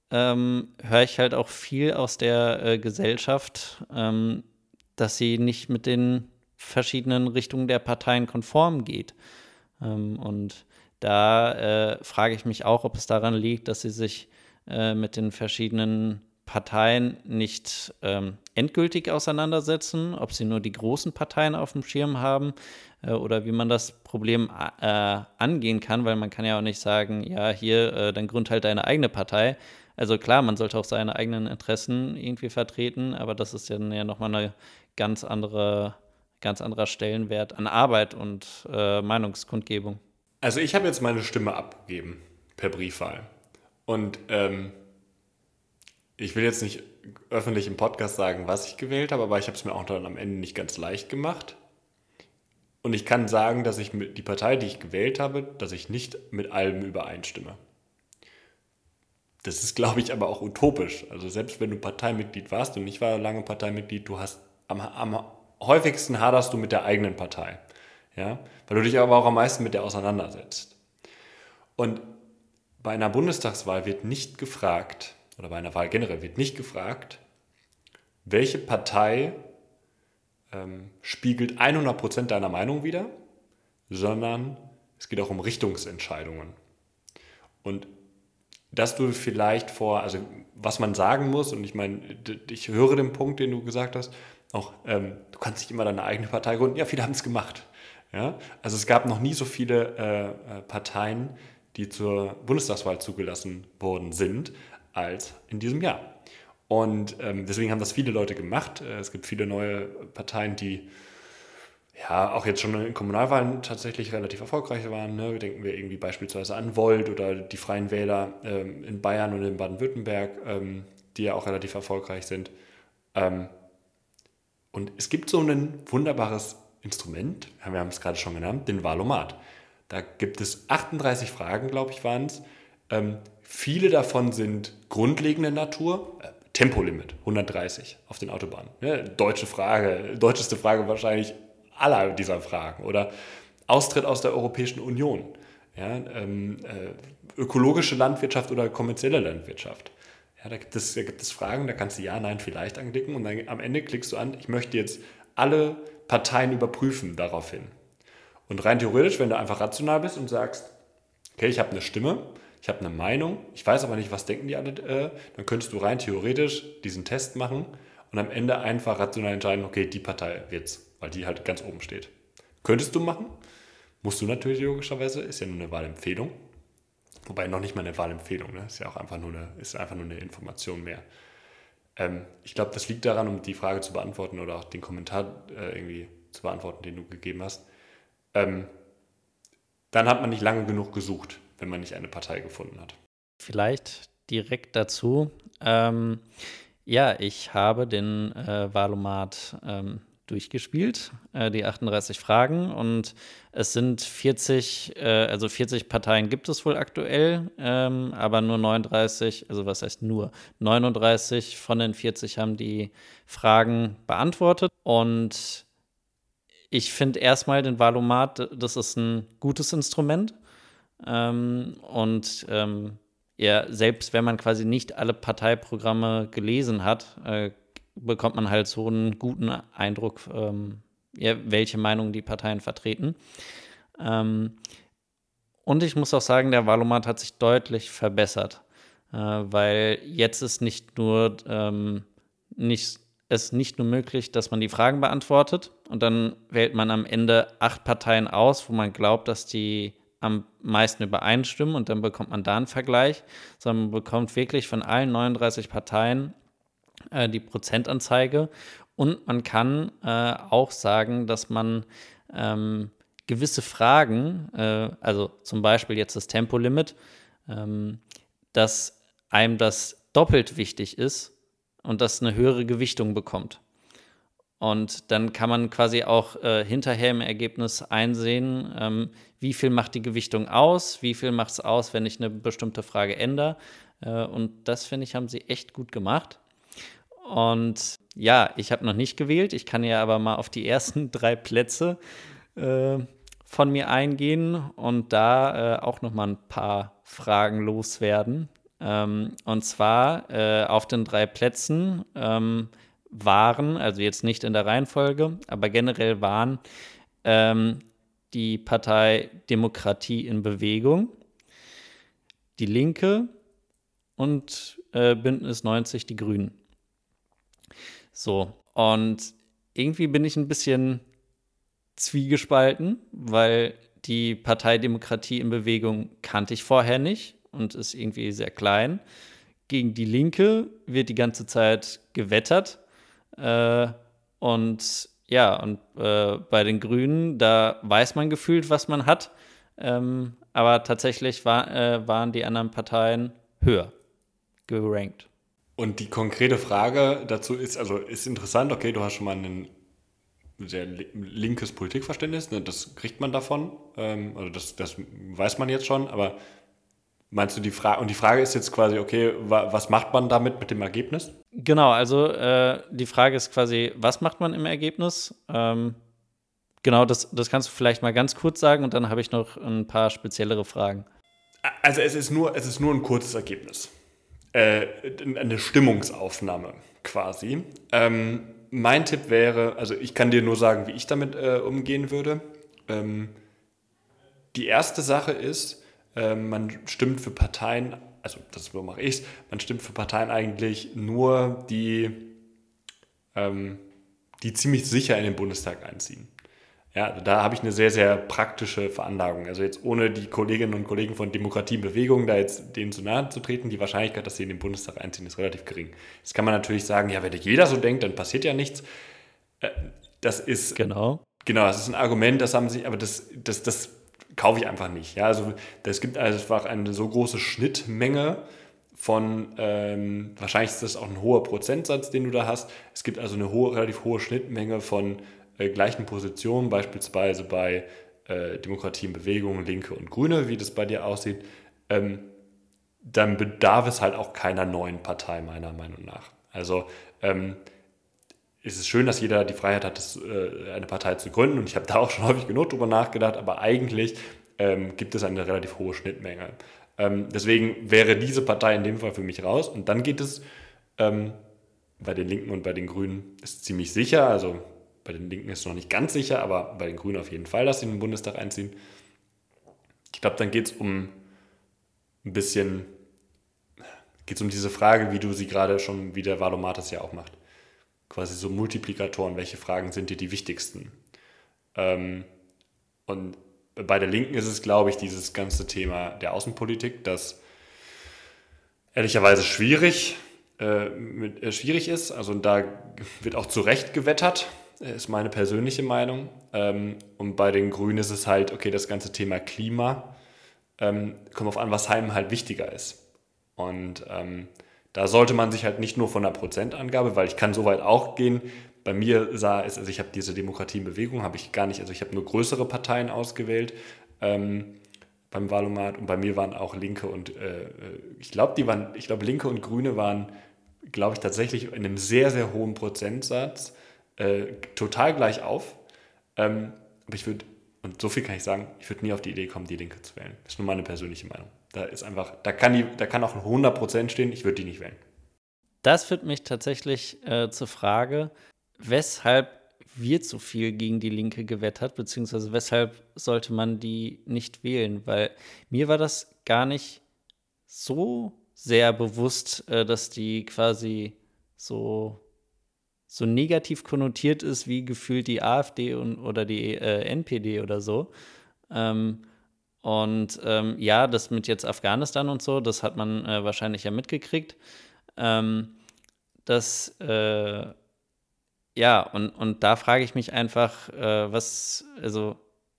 Speaker 1: ähm, höre ich halt auch viel aus der äh, Gesellschaft, ähm, dass sie nicht mit den verschiedenen Richtungen der Parteien konform geht. Ähm, und da äh, frage ich mich auch, ob es daran liegt, dass sie sich äh, mit den verschiedenen Parteien nicht ähm, endgültig auseinandersetzen, ob sie nur die großen Parteien auf dem Schirm haben äh, oder wie man das Problem äh, angehen kann, weil man kann ja auch nicht sagen, ja, hier, äh, dann gründ halt deine eigene Partei. Also klar, man sollte auch seine eigenen Interessen irgendwie vertreten, aber das ist dann ja nochmal eine ganz andere, ganz anderer Stellenwert an Arbeit und äh, Meinungskundgebung.
Speaker 3: Also ich habe jetzt meine Stimme abgegeben per Briefwahl. Und ähm, ich will jetzt nicht öffentlich im Podcast sagen, was ich gewählt habe, aber ich habe es mir auch dann am Ende nicht ganz leicht gemacht. Und ich kann sagen, dass ich mit die Partei, die ich gewählt habe, dass ich nicht mit allem übereinstimme. Das ist, glaube ich, aber auch utopisch. Also selbst wenn du Parteimitglied warst und ich war lange Parteimitglied, du hast am, am häufigsten haderst du mit der eigenen Partei. Ja? Weil du dich aber auch am meisten mit der auseinandersetzt. Und bei einer Bundestagswahl wird nicht gefragt, oder bei einer Wahl generell wird nicht gefragt, welche Partei ähm, spiegelt hundert Prozent deiner Meinung wider, sondern es geht auch um Richtungsentscheidungen. Und dass du vielleicht vor, also was man sagen muss, und ich meine, ich höre den Punkt, den du gesagt hast, auch, ähm, du kannst nicht immer deine eigene Partei gründen. Ja, viele haben es gemacht. Ja? Also es gab noch nie so viele äh, Parteien, die zur Bundestagswahl zugelassen worden sind, als in diesem Jahr. Und ähm, deswegen haben das viele Leute gemacht. Es gibt viele neue Parteien, die ja auch jetzt schon in Kommunalwahlen tatsächlich relativ erfolgreich waren. Ne? Denken wir irgendwie beispielsweise an Volt oder die Freien Wähler ähm, in Bayern und in Baden-Württemberg, ähm, die ja auch relativ erfolgreich sind. Ähm, und es gibt so ein wunderbares Instrument, wir haben es gerade schon genannt, den Wahlomat. Da gibt es achtunddreißig Fragen, glaube ich, waren es. Ähm, viele davon sind grundlegender Natur. Äh, Tempolimit, hundertdreißig auf den Autobahnen. Ne? Deutsche Frage, deutscheste Frage wahrscheinlich aller dieser Fragen. Oder Austritt aus der Europäischen Union. Ja? Ähm, äh, ökologische Landwirtschaft oder kommerzielle Landwirtschaft. Ja, da, gibt es, da gibt es Fragen, da kannst du Ja, Nein, vielleicht anklicken und dann am Ende klickst du an, ich möchte jetzt alle Parteien überprüfen daraufhin. Und rein theoretisch, wenn du einfach rational bist und sagst, okay, ich habe eine Stimme, ich habe eine Meinung, ich weiß aber nicht, was denken die alle, äh, dann könntest du rein theoretisch diesen Test machen und am Ende einfach rational entscheiden, okay, die Partei wird's, weil die halt ganz oben steht. Könntest du machen, musst du natürlich logischerweise, ist ja nur eine Wahlempfehlung, wobei noch nicht mal eine Wahlempfehlung, ne? Ist ja auch einfach nur eine, ist einfach nur eine Information mehr. Ähm, ich glaube, das liegt daran, um die Frage zu beantworten oder auch den Kommentar äh, irgendwie zu beantworten, den du gegeben hast. Ähm, dann hat man nicht lange genug gesucht, wenn man nicht eine Partei gefunden hat.
Speaker 1: Vielleicht direkt dazu. Ähm, ja, ich habe den äh, Wahlomat ähm, durchgespielt, äh, die achtunddreißig Fragen. Und es sind vierzig, äh, also vierzig Parteien gibt es wohl aktuell, ähm, aber nur neununddreißig, also was heißt nur, neununddreißig von den vierzig haben die Fragen beantwortet. Und ich finde erstmal den Wahlomat, das ist ein gutes Instrument. Ähm, und ähm, ja, selbst wenn man quasi nicht alle Parteiprogramme gelesen hat, äh, bekommt man halt so einen guten Eindruck, ähm, ja, welche Meinungen die Parteien vertreten. Ähm, und ich muss auch sagen, der Wahlomat hat sich deutlich verbessert, äh, weil jetzt ist nicht nur ähm, nicht, es nicht nur möglich, dass man die Fragen beantwortet und dann wählt man am Ende acht Parteien aus, wo man glaubt, dass die am meisten übereinstimmen und dann bekommt man da einen Vergleich, sondern man bekommt wirklich von allen neununddreißig Parteien äh, die Prozentanzeige und man kann äh, auch sagen, dass man ähm, gewisse Fragen, äh, also zum Beispiel jetzt das Tempolimit, ähm, dass einem das doppelt wichtig ist und das eine höhere Gewichtung bekommt. Und dann kann man quasi auch äh, hinterher im Ergebnis einsehen, ähm, wie viel macht die Gewichtung aus, wie viel macht es aus, wenn ich eine bestimmte Frage ändere. Äh, und das, finde ich, haben sie echt gut gemacht. Und ja, ich habe noch nicht gewählt. Ich kann ja aber mal auf die ersten drei Plätze äh, von mir eingehen und da äh, auch noch mal ein paar Fragen loswerden. Ähm, und zwar äh, auf den drei Plätzen ähm, waren, also jetzt nicht in der Reihenfolge, aber generell waren ähm, die Partei Demokratie in Bewegung, die Linke und äh, Bündnis neunzig, die Grünen. So, und irgendwie bin ich ein bisschen zwiegespalten, weil die Partei Demokratie in Bewegung kannte ich vorher nicht und ist irgendwie sehr klein. Gegen die Linke wird die ganze Zeit gewettert. Äh, und ja, und äh, bei den Grünen, da weiß man gefühlt, was man hat. Ähm, aber tatsächlich war, äh, waren die anderen Parteien höher gerankt.
Speaker 3: Und die konkrete Frage dazu ist, also ist interessant, okay, du hast schon mal ein sehr linkes Politikverständnis, ne, das kriegt man davon, ähm, also das, das weiß man jetzt schon, aber meinst du die Frage, und die Frage ist jetzt quasi, okay, wa, was macht man damit mit dem Ergebnis?
Speaker 1: Genau, also äh, die Frage ist quasi, was macht man im Ergebnis? Ähm, genau, das, das kannst du vielleicht mal ganz kurz sagen und dann habe ich noch ein paar speziellere Fragen.
Speaker 3: Also es ist nur, es ist nur ein kurzes Ergebnis. Äh, eine Stimmungsaufnahme quasi. Ähm, mein Tipp wäre, also ich kann dir nur sagen, wie ich damit äh, umgehen würde. Ähm, die erste Sache ist, äh, man stimmt für Parteien, also das so mache ich es, man stimmt für Parteien eigentlich nur, die, ähm, die ziemlich sicher in den Bundestag einziehen. Ja, also da habe ich eine sehr, sehr praktische Veranlagung. Also jetzt ohne die Kolleginnen und Kollegen von Demokratie in Bewegung, da jetzt denen zu nahe zu treten, die Wahrscheinlichkeit, dass sie in den Bundestag einziehen, ist relativ gering. Jetzt kann man natürlich sagen, ja, wenn jeder so denkt, dann passiert ja nichts. Das ist,
Speaker 1: Genau.
Speaker 3: Genau, das ist ein Argument, das haben sie, aber das, das, das kaufe ich einfach nicht. Ja, also es gibt einfach eine so große Schnittmenge von, ähm, wahrscheinlich ist das auch ein hoher Prozentsatz, den du da hast. Es gibt also eine hohe, relativ hohe Schnittmenge von äh, gleichen Positionen, beispielsweise bei äh, Demokratie in Bewegung, Linke und Grüne, wie das bei dir aussieht. Ähm, dann bedarf es halt auch keiner neuen Partei, meiner Meinung nach. Also ähm, es ist schön, dass jeder die Freiheit hat, das, äh, eine Partei zu gründen, und ich habe da auch schon häufig genug drüber nachgedacht, aber eigentlich ähm, gibt es eine relativ hohe Schnittmenge. Ähm, deswegen wäre diese Partei in dem Fall für mich raus, und dann geht es ähm, bei den Linken und bei den Grünen ist ziemlich sicher, also bei den Linken ist es noch nicht ganz sicher, aber bei den Grünen auf jeden Fall, dass sie in den Bundestag einziehen. Ich glaube, dann geht es um ein bisschen, geht es um diese Frage, wie du sie gerade schon, wie der Wahlomat das ja auch macht. Quasi so Multiplikatoren, welche Fragen sind dir die wichtigsten? Ähm, und bei der Linken ist es, glaube ich, dieses ganze Thema der Außenpolitik, das ehrlicherweise schwierig, äh, mit, äh, schwierig ist. Also da wird auch zu Recht gewettert, ist meine persönliche Meinung. Ähm, und bei den Grünen ist es halt, okay, das ganze Thema Klima, ähm, kommt auf an, was einem halt wichtiger ist. Und ähm, da sollte man sich halt nicht nur von einer Prozentangabe, weil ich kann so weit auch gehen, bei mir sah es, also ich habe diese Demokratie in Bewegung, habe ich gar nicht, also ich habe nur größere Parteien ausgewählt ähm, beim Wahlomat und bei mir waren auch Linke und äh, ich glaube, die waren, ich glaube, Linke und Grüne waren, glaube ich, tatsächlich in einem sehr, sehr hohen Prozentsatz äh, total gleich auf. Ähm, aber ich würde, und so viel kann ich sagen, ich würde nie auf die Idee kommen, die Linke zu wählen. Das ist nur meine persönliche Meinung. Da ist einfach, da kann, die, da kann auch ein hundert Prozent stehen, ich würde die nicht wählen.
Speaker 1: Das führt mich tatsächlich äh, zur Frage, weshalb wird so viel gegen die Linke gewettert, beziehungsweise weshalb sollte man die nicht wählen? Weil mir war das gar nicht so sehr bewusst, äh, dass die quasi so, so negativ konnotiert ist, wie gefühlt die AfD und, oder die äh, N P D oder so. Ähm, und ähm, ja, das mit jetzt Afghanistan und so, das hat man äh, wahrscheinlich ja mitgekriegt. Ähm, das, äh, ja, und, und da frage ich mich einfach, äh, was, also,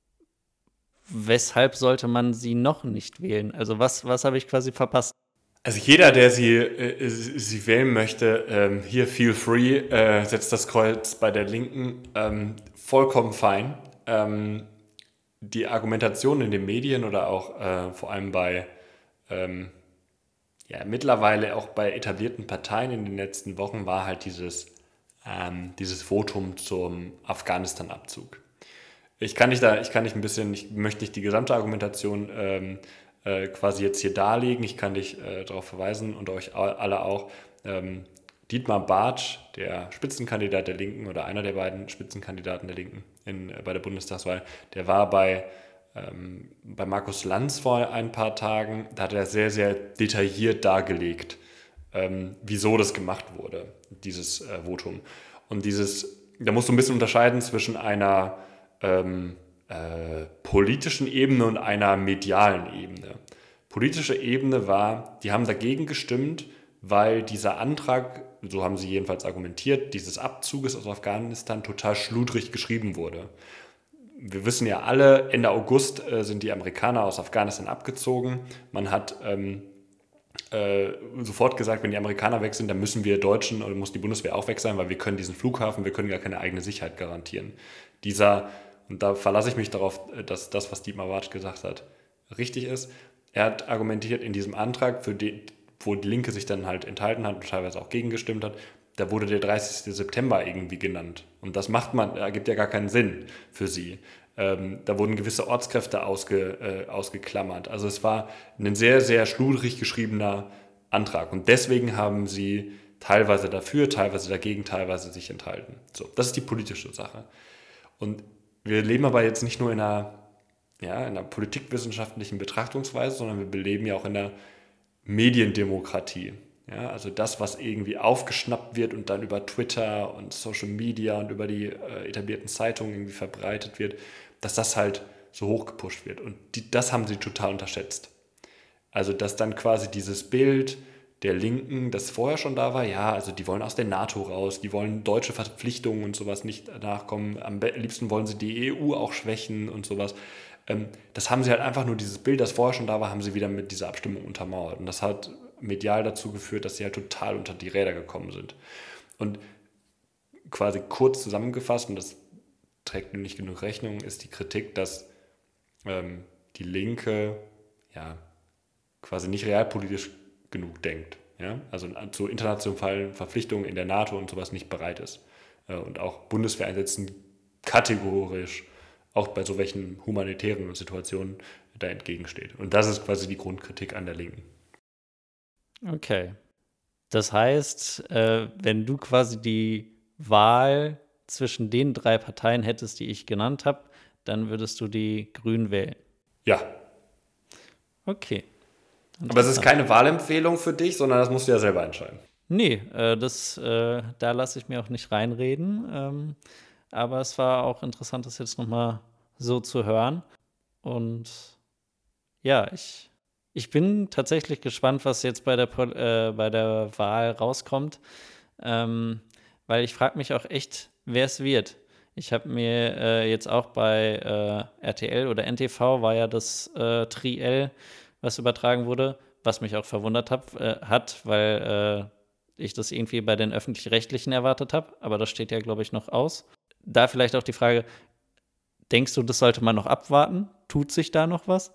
Speaker 1: weshalb sollte man sie noch nicht wählen? Also, was, was habe ich quasi verpasst?
Speaker 3: Also jeder, der sie, äh, sie wählen möchte, ähm, hier feel free, äh, setzt das Kreuz bei der Linken, ähm, vollkommen fein. Ähm, die Argumentation in den Medien oder auch äh, vor allem bei, ähm, ja, mittlerweile auch bei etablierten Parteien in den letzten Wochen war halt dieses, ähm, dieses Votum zum Afghanistan-Abzug. Ich kann nicht da, ich kann nicht ein bisschen, ich möchte nicht die gesamte Argumentation ähm, äh, quasi jetzt hier darlegen. Ich kann dich äh, darauf verweisen und euch alle auch. Ähm, Dietmar Bartsch, der Spitzenkandidat der Linken oder einer der beiden Spitzenkandidaten der Linken in, äh, bei der Bundestagswahl, der war bei, ähm, bei Markus Lanz vor ein paar Tagen. Da hat er sehr, sehr detailliert dargelegt, ähm, wieso das gemacht wurde, dieses äh, Votum. Und dieses, da musst du ein bisschen unterscheiden zwischen einer Ähm, äh, politischen Ebene und einer medialen Ebene. Politische Ebene war, die haben dagegen gestimmt, weil dieser Antrag, so haben sie jedenfalls argumentiert, dieses Abzuges aus Afghanistan total schludrig geschrieben wurde. Wir wissen ja alle, Ende August äh, sind die Amerikaner aus Afghanistan abgezogen. Man hat ähm, äh, sofort gesagt, wenn die Amerikaner weg sind, dann müssen wir Deutschen oder muss die Bundeswehr auch weg sein, weil wir können diesen Flughafen, wir können gar keine eigene Sicherheit garantieren. Dieser Und da verlasse ich mich darauf, dass das, was Dietmar Bartsch gesagt hat, richtig ist. Er hat argumentiert in diesem Antrag, für den, wo die Linke sich dann halt enthalten hat und teilweise auch gegengestimmt hat, da wurde der dreißigsten September irgendwie genannt. Und das macht man, ergibt ja gar keinen Sinn für sie. Ähm, da wurden gewisse Ortskräfte ausge, äh, ausgeklammert. Also es war ein sehr, sehr schludrig geschriebener Antrag. Und deswegen haben sie teilweise dafür, teilweise dagegen, teilweise sich enthalten. So, das ist die politische Sache. Und wir leben aber jetzt nicht nur in einer, ja, in einer politikwissenschaftlichen Betrachtungsweise, sondern wir leben ja auch in einer Mediendemokratie. Ja, also das, was irgendwie aufgeschnappt wird und dann über Twitter und Social Media und über die äh, etablierten Zeitungen irgendwie verbreitet wird, dass das halt so hochgepusht wird. Und die, das haben sie total unterschätzt. Also dass dann quasi dieses Bild der Linken, das vorher schon da war, ja, also die wollen aus der NATO raus, die wollen deutsche Verpflichtungen und sowas nicht nachkommen, am liebsten wollen sie die E U auch schwächen und sowas. Ähm, das haben sie halt einfach nur, dieses Bild, das vorher schon da war, haben sie wieder mit dieser Abstimmung untermauert. Und das hat medial dazu geführt, dass sie halt total unter die Räder gekommen sind. Und quasi kurz zusammengefasst, und das trägt nicht genug Rechnung, ist die Kritik, dass ähm, die Linke ja quasi nicht realpolitisch genug denkt, ja? Also zu internationalen Verpflichtungen in der NATO und sowas nicht bereit ist. Und auch Bundeswehreinsätzen kategorisch auch bei so welchen humanitären Situationen da entgegensteht. Und das ist quasi die Grundkritik an der Linken.
Speaker 1: Okay. Das heißt, äh, wenn du quasi die Wahl zwischen den drei Parteien hättest, die ich genannt habe, dann würdest du die Grünen wählen.
Speaker 3: Ja.
Speaker 1: Okay.
Speaker 3: Aber es ist keine Wahlempfehlung für dich, sondern das musst du ja selber entscheiden.
Speaker 1: Nee, äh, das, äh, da lasse ich mir auch nicht reinreden. Ähm, aber es war auch interessant, das jetzt nochmal so zu hören. Und ja, ich, ich bin tatsächlich gespannt, was jetzt bei der, äh, bei der Wahl rauskommt. Ähm, weil ich frage mich auch echt, wer es wird. Ich habe mir äh, jetzt auch bei äh, R T L oder N T V war ja das äh, Triell, was übertragen wurde, was mich auch verwundert hab, äh, hat, weil ich das irgendwie bei den Öffentlich-Rechtlichen erwartet habe. Aber das steht ja, glaube ich, noch aus. Da vielleicht auch die Frage, denkst du, das sollte man noch abwarten? Tut sich da noch was?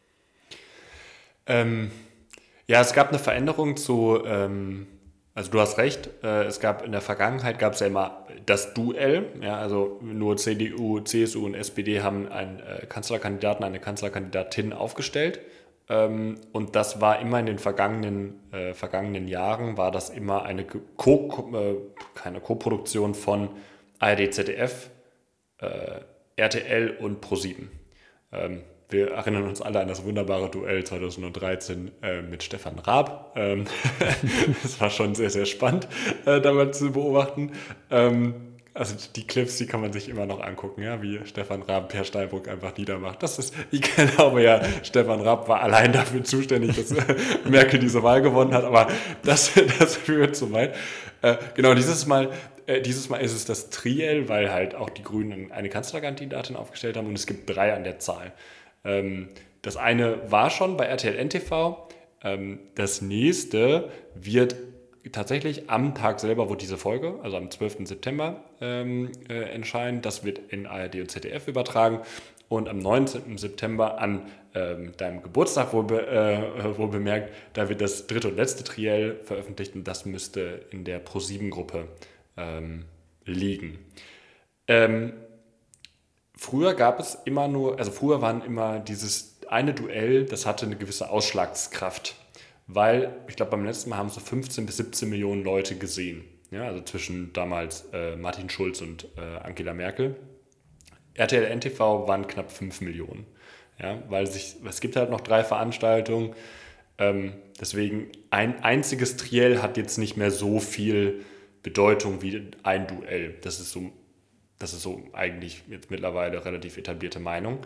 Speaker 3: Ähm, ja, es gab eine Veränderung zu, ähm, also du hast recht, äh, es gab in der Vergangenheit gab es ja immer das Duell, ja, also nur C D U, C S U und S P D haben einen äh, Kanzlerkandidaten, eine Kanzlerkandidatin aufgestellt. Ähm, und das war immer in den vergangenen, äh, vergangenen Jahren, war das immer eine Co- äh, keine Co-Produktion von A R D, Z D F, äh, R T L und ProSieben. Ähm, wir erinnern uns alle an das wunderbare Duell zweitausenddreizehn äh, mit Stefan Raab. Ähm, das war schon sehr, sehr spannend, äh, damals zu beobachten. Ähm, also die Clips, die kann man sich immer noch angucken, ja, wie Stefan Raab Per Steinbrück einfach niedermacht. Das ist, ich glaube ja, Stefan Raab war allein dafür zuständig, dass Merkel diese Wahl gewonnen hat, aber das, das führt zu weit. Äh, genau, dieses Mal, äh, dieses Mal ist es das Triell, weil halt auch die Grünen eine Kanzlerkandidatin aufgestellt haben und es gibt drei an der Zahl. Ähm, das eine war schon bei R T L N T V, ähm, das nächste wird tatsächlich am Tag selber, wo diese Folge, also am zwölften September, ähm, äh, entscheiden. Das wird in A R D und Z D F übertragen. Und am neunzehnten September an ähm, deinem Geburtstag, wohl, be, äh, wohl bemerkt, da wird das dritte und letzte Triell veröffentlicht und das müsste in der ProSieben-Gruppe ähm, liegen. Ähm, früher gab es immer nur, also früher waren immer dieses eine Duell, das hatte eine gewisse Ausschlagskraft. Weil, ich glaube, beim letzten Mal haben so fünfzehn bis siebzehn Millionen Leute gesehen. Ja, also zwischen damals äh, Martin Schulz und äh, Angela Merkel. R T L N T V waren knapp fünf Millionen. Ja, weil sich, es gibt halt noch drei Veranstaltungen. Ähm, deswegen ein einziges Triell hat jetzt nicht mehr so viel Bedeutung wie ein Duell. Das ist so, das ist so eigentlich jetzt mittlerweile relativ etablierte Meinung.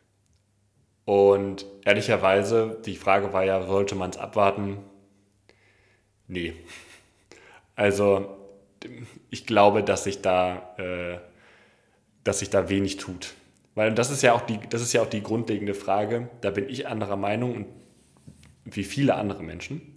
Speaker 3: Und ehrlicherweise, die Frage war ja, sollte man es abwarten? Nee. Also ich glaube, dass sich da, äh, dass sich da wenig tut. Weil das ist ja auch die, das ist ja auch die grundlegende Frage. Da bin ich anderer Meinung und wie viele andere Menschen.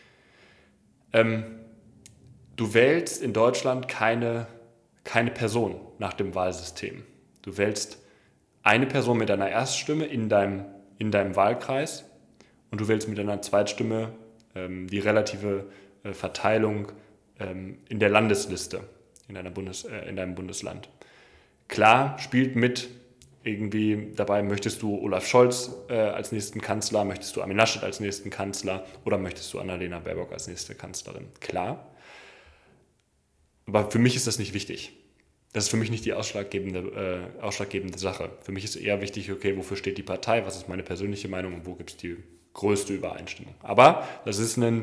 Speaker 3: Ähm, du wählst in Deutschland keine, keine Person nach dem Wahlsystem. Du wählst eine Person mit einer Erststimme in deinem, in deinem Wahlkreis und du wählst mit einer Zweitstimme ähm, die relative äh, Verteilung ähm, in der Landesliste in, deiner Bundes, äh, in deinem Bundesland. Klar spielt mit irgendwie dabei, möchtest du Olaf Scholz äh, als nächsten Kanzler, möchtest du Armin Laschet als nächsten Kanzler oder möchtest du Annalena Baerbock als nächste Kanzlerin. Klar, aber für mich ist das nicht wichtig. Das ist für mich nicht die ausschlaggebende, äh, ausschlaggebende Sache. Für mich ist eher wichtig, okay, wofür steht die Partei, was ist meine persönliche Meinung und wo gibt es die größte Übereinstimmung. Aber das ist ein,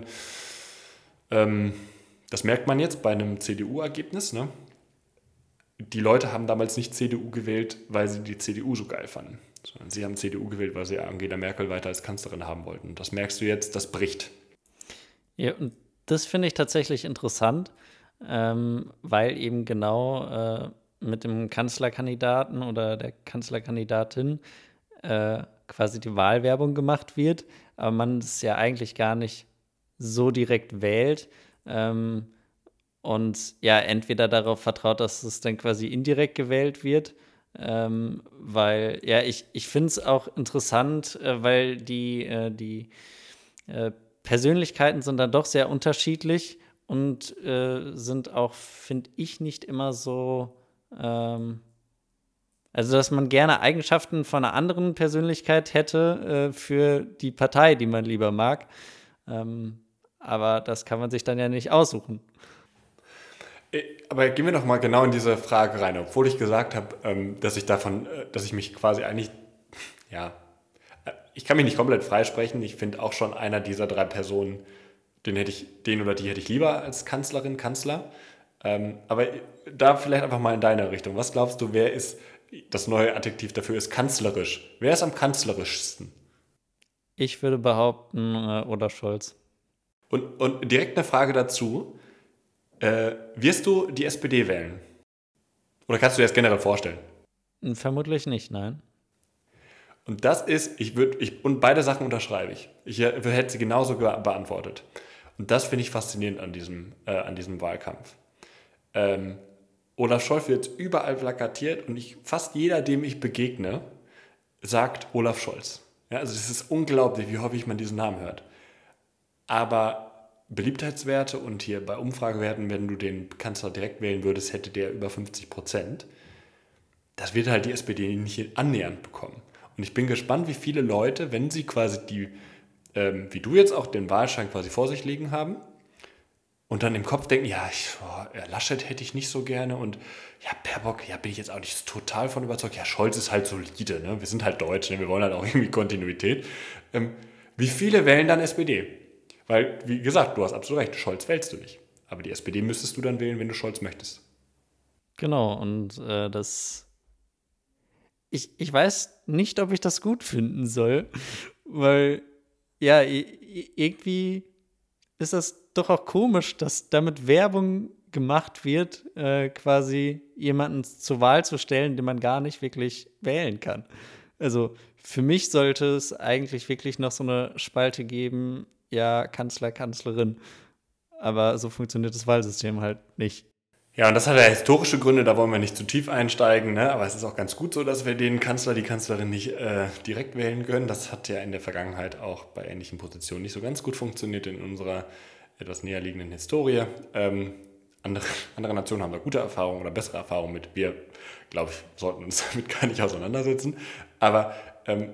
Speaker 3: ähm, das merkt man jetzt bei einem C D U-Ergebnis, ne? Die Leute haben damals nicht C D U gewählt, weil sie die C D U so geil fanden, sondern sie haben C D U gewählt, weil sie Angela Merkel weiter als Kanzlerin haben wollten. Das merkst du jetzt, das bricht.
Speaker 1: Ja, und das finde ich tatsächlich interessant. Ähm, weil eben genau äh, mit dem Kanzlerkandidaten oder der Kanzlerkandidatin äh, quasi die Wahlwerbung gemacht wird, aber man es ja eigentlich gar nicht so direkt wählt ähm, und ja entweder darauf vertraut, dass es dann quasi indirekt gewählt wird, ähm, weil ja ich, ich finde es auch interessant, äh, weil die, äh, die äh, Persönlichkeiten sind dann doch sehr unterschiedlich und äh, sind auch, finde ich, nicht immer so, ähm, also dass man gerne Eigenschaften von einer anderen Persönlichkeit hätte äh, für die Partei, die man lieber mag. Ähm, aber das kann man sich dann ja nicht aussuchen.
Speaker 3: Aber gehen wir doch mal genau in diese Frage rein, obwohl ich gesagt habe, ähm, dass ich davon, äh, dass ich mich quasi eigentlich, ja, ich kann mich nicht komplett freisprechen. Ich finde auch schon einer dieser drei Personen, den hätte ich, den oder die hätte ich lieber als Kanzlerin, Kanzler. Ähm, aber da vielleicht einfach mal in deine Richtung. Was glaubst du, wer ist, das neue Adjektiv dafür ist kanzlerisch. Wer ist am kanzlerischsten?
Speaker 1: Ich würde behaupten, äh, Olaf Scholz.
Speaker 3: Und, und direkt eine Frage dazu. Äh, wirst du die S P D wählen? Oder kannst du dir das generell vorstellen?
Speaker 1: Vermutlich nicht, nein.
Speaker 3: Und das ist, ich würde, ich, und beide Sachen unterschreibe ich. Ich hätte sie genauso beantwortet. Und das finde ich faszinierend an diesem, äh, an diesem Wahlkampf. Ähm, Olaf Scholz wird überall plakatiert und ich, fast jeder, dem ich begegne, sagt Olaf Scholz. Ja, also es ist unglaublich, wie häufig man diesen Namen hört. Aber Beliebtheitswerte und hier bei Umfragewerten, wenn du den Kanzler direkt wählen würdest, hätte der über fünfzig Prozent. Das wird halt die S P D nicht annähernd bekommen. Und ich bin gespannt, wie viele Leute, wenn sie quasi die, ähm, wie du jetzt auch den Wahlschein quasi vor sich liegen haben und dann im Kopf denken, ja, ich, oh, Laschet hätte ich nicht so gerne und ja, Baerbock, ja, bin ich jetzt auch nicht total von überzeugt. Ja, Scholz ist halt solide, ne? Wir sind halt Deutsch, ne? Wir wollen halt auch irgendwie Kontinuität. Ähm, wie viele wählen dann S P D? Weil, wie gesagt, du hast absolut recht, Scholz wählst du nicht. Aber die S P D müsstest du dann wählen, wenn du Scholz möchtest.
Speaker 1: Genau, und äh, das. Ich, ich weiß nicht, ob ich das gut finden soll, weil, ja, i- i- irgendwie ist das doch auch komisch, dass damit Werbung gemacht wird, äh, quasi jemanden zur Wahl zu stellen, den man gar nicht wirklich wählen kann. Also für mich sollte es eigentlich wirklich noch so eine Spalte geben, ja, Kanzler, Kanzlerin. Aber so funktioniert das Wahlsystem halt nicht.
Speaker 3: Ja, und das hat ja historische Gründe, da wollen wir nicht zu tief einsteigen, ne? Aber es ist auch ganz gut so, dass wir den Kanzler, die Kanzlerin nicht äh, direkt wählen können. Das hat ja in der Vergangenheit auch bei ähnlichen Positionen nicht so ganz gut funktioniert in unserer etwas näher liegenden Historie. Ähm, andere, andere Nationen haben da gute Erfahrungen oder bessere Erfahrungen mit. Wir, glaube ich, sollten uns damit gar nicht auseinandersetzen. Aber, ähm,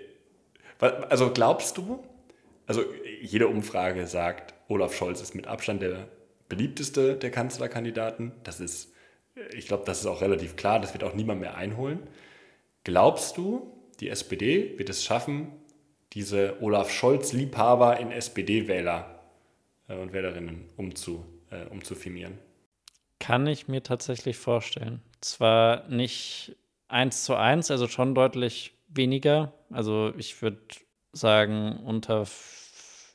Speaker 3: also glaubst du, also jede Umfrage sagt, Olaf Scholz ist mit Abstand der beliebteste der Kanzlerkandidaten. Das ist, ich glaube, das ist auch relativ klar, das wird auch niemand mehr einholen. Glaubst du, die S P D wird es schaffen, diese Olaf Scholz-Liebhaber in S P D-Wähler äh, und Wählerinnen umzu, äh, umzufirmieren?
Speaker 1: Kann ich mir tatsächlich vorstellen. Zwar nicht eins zu eins, also schon deutlich weniger. Also ich würde sagen, unter f-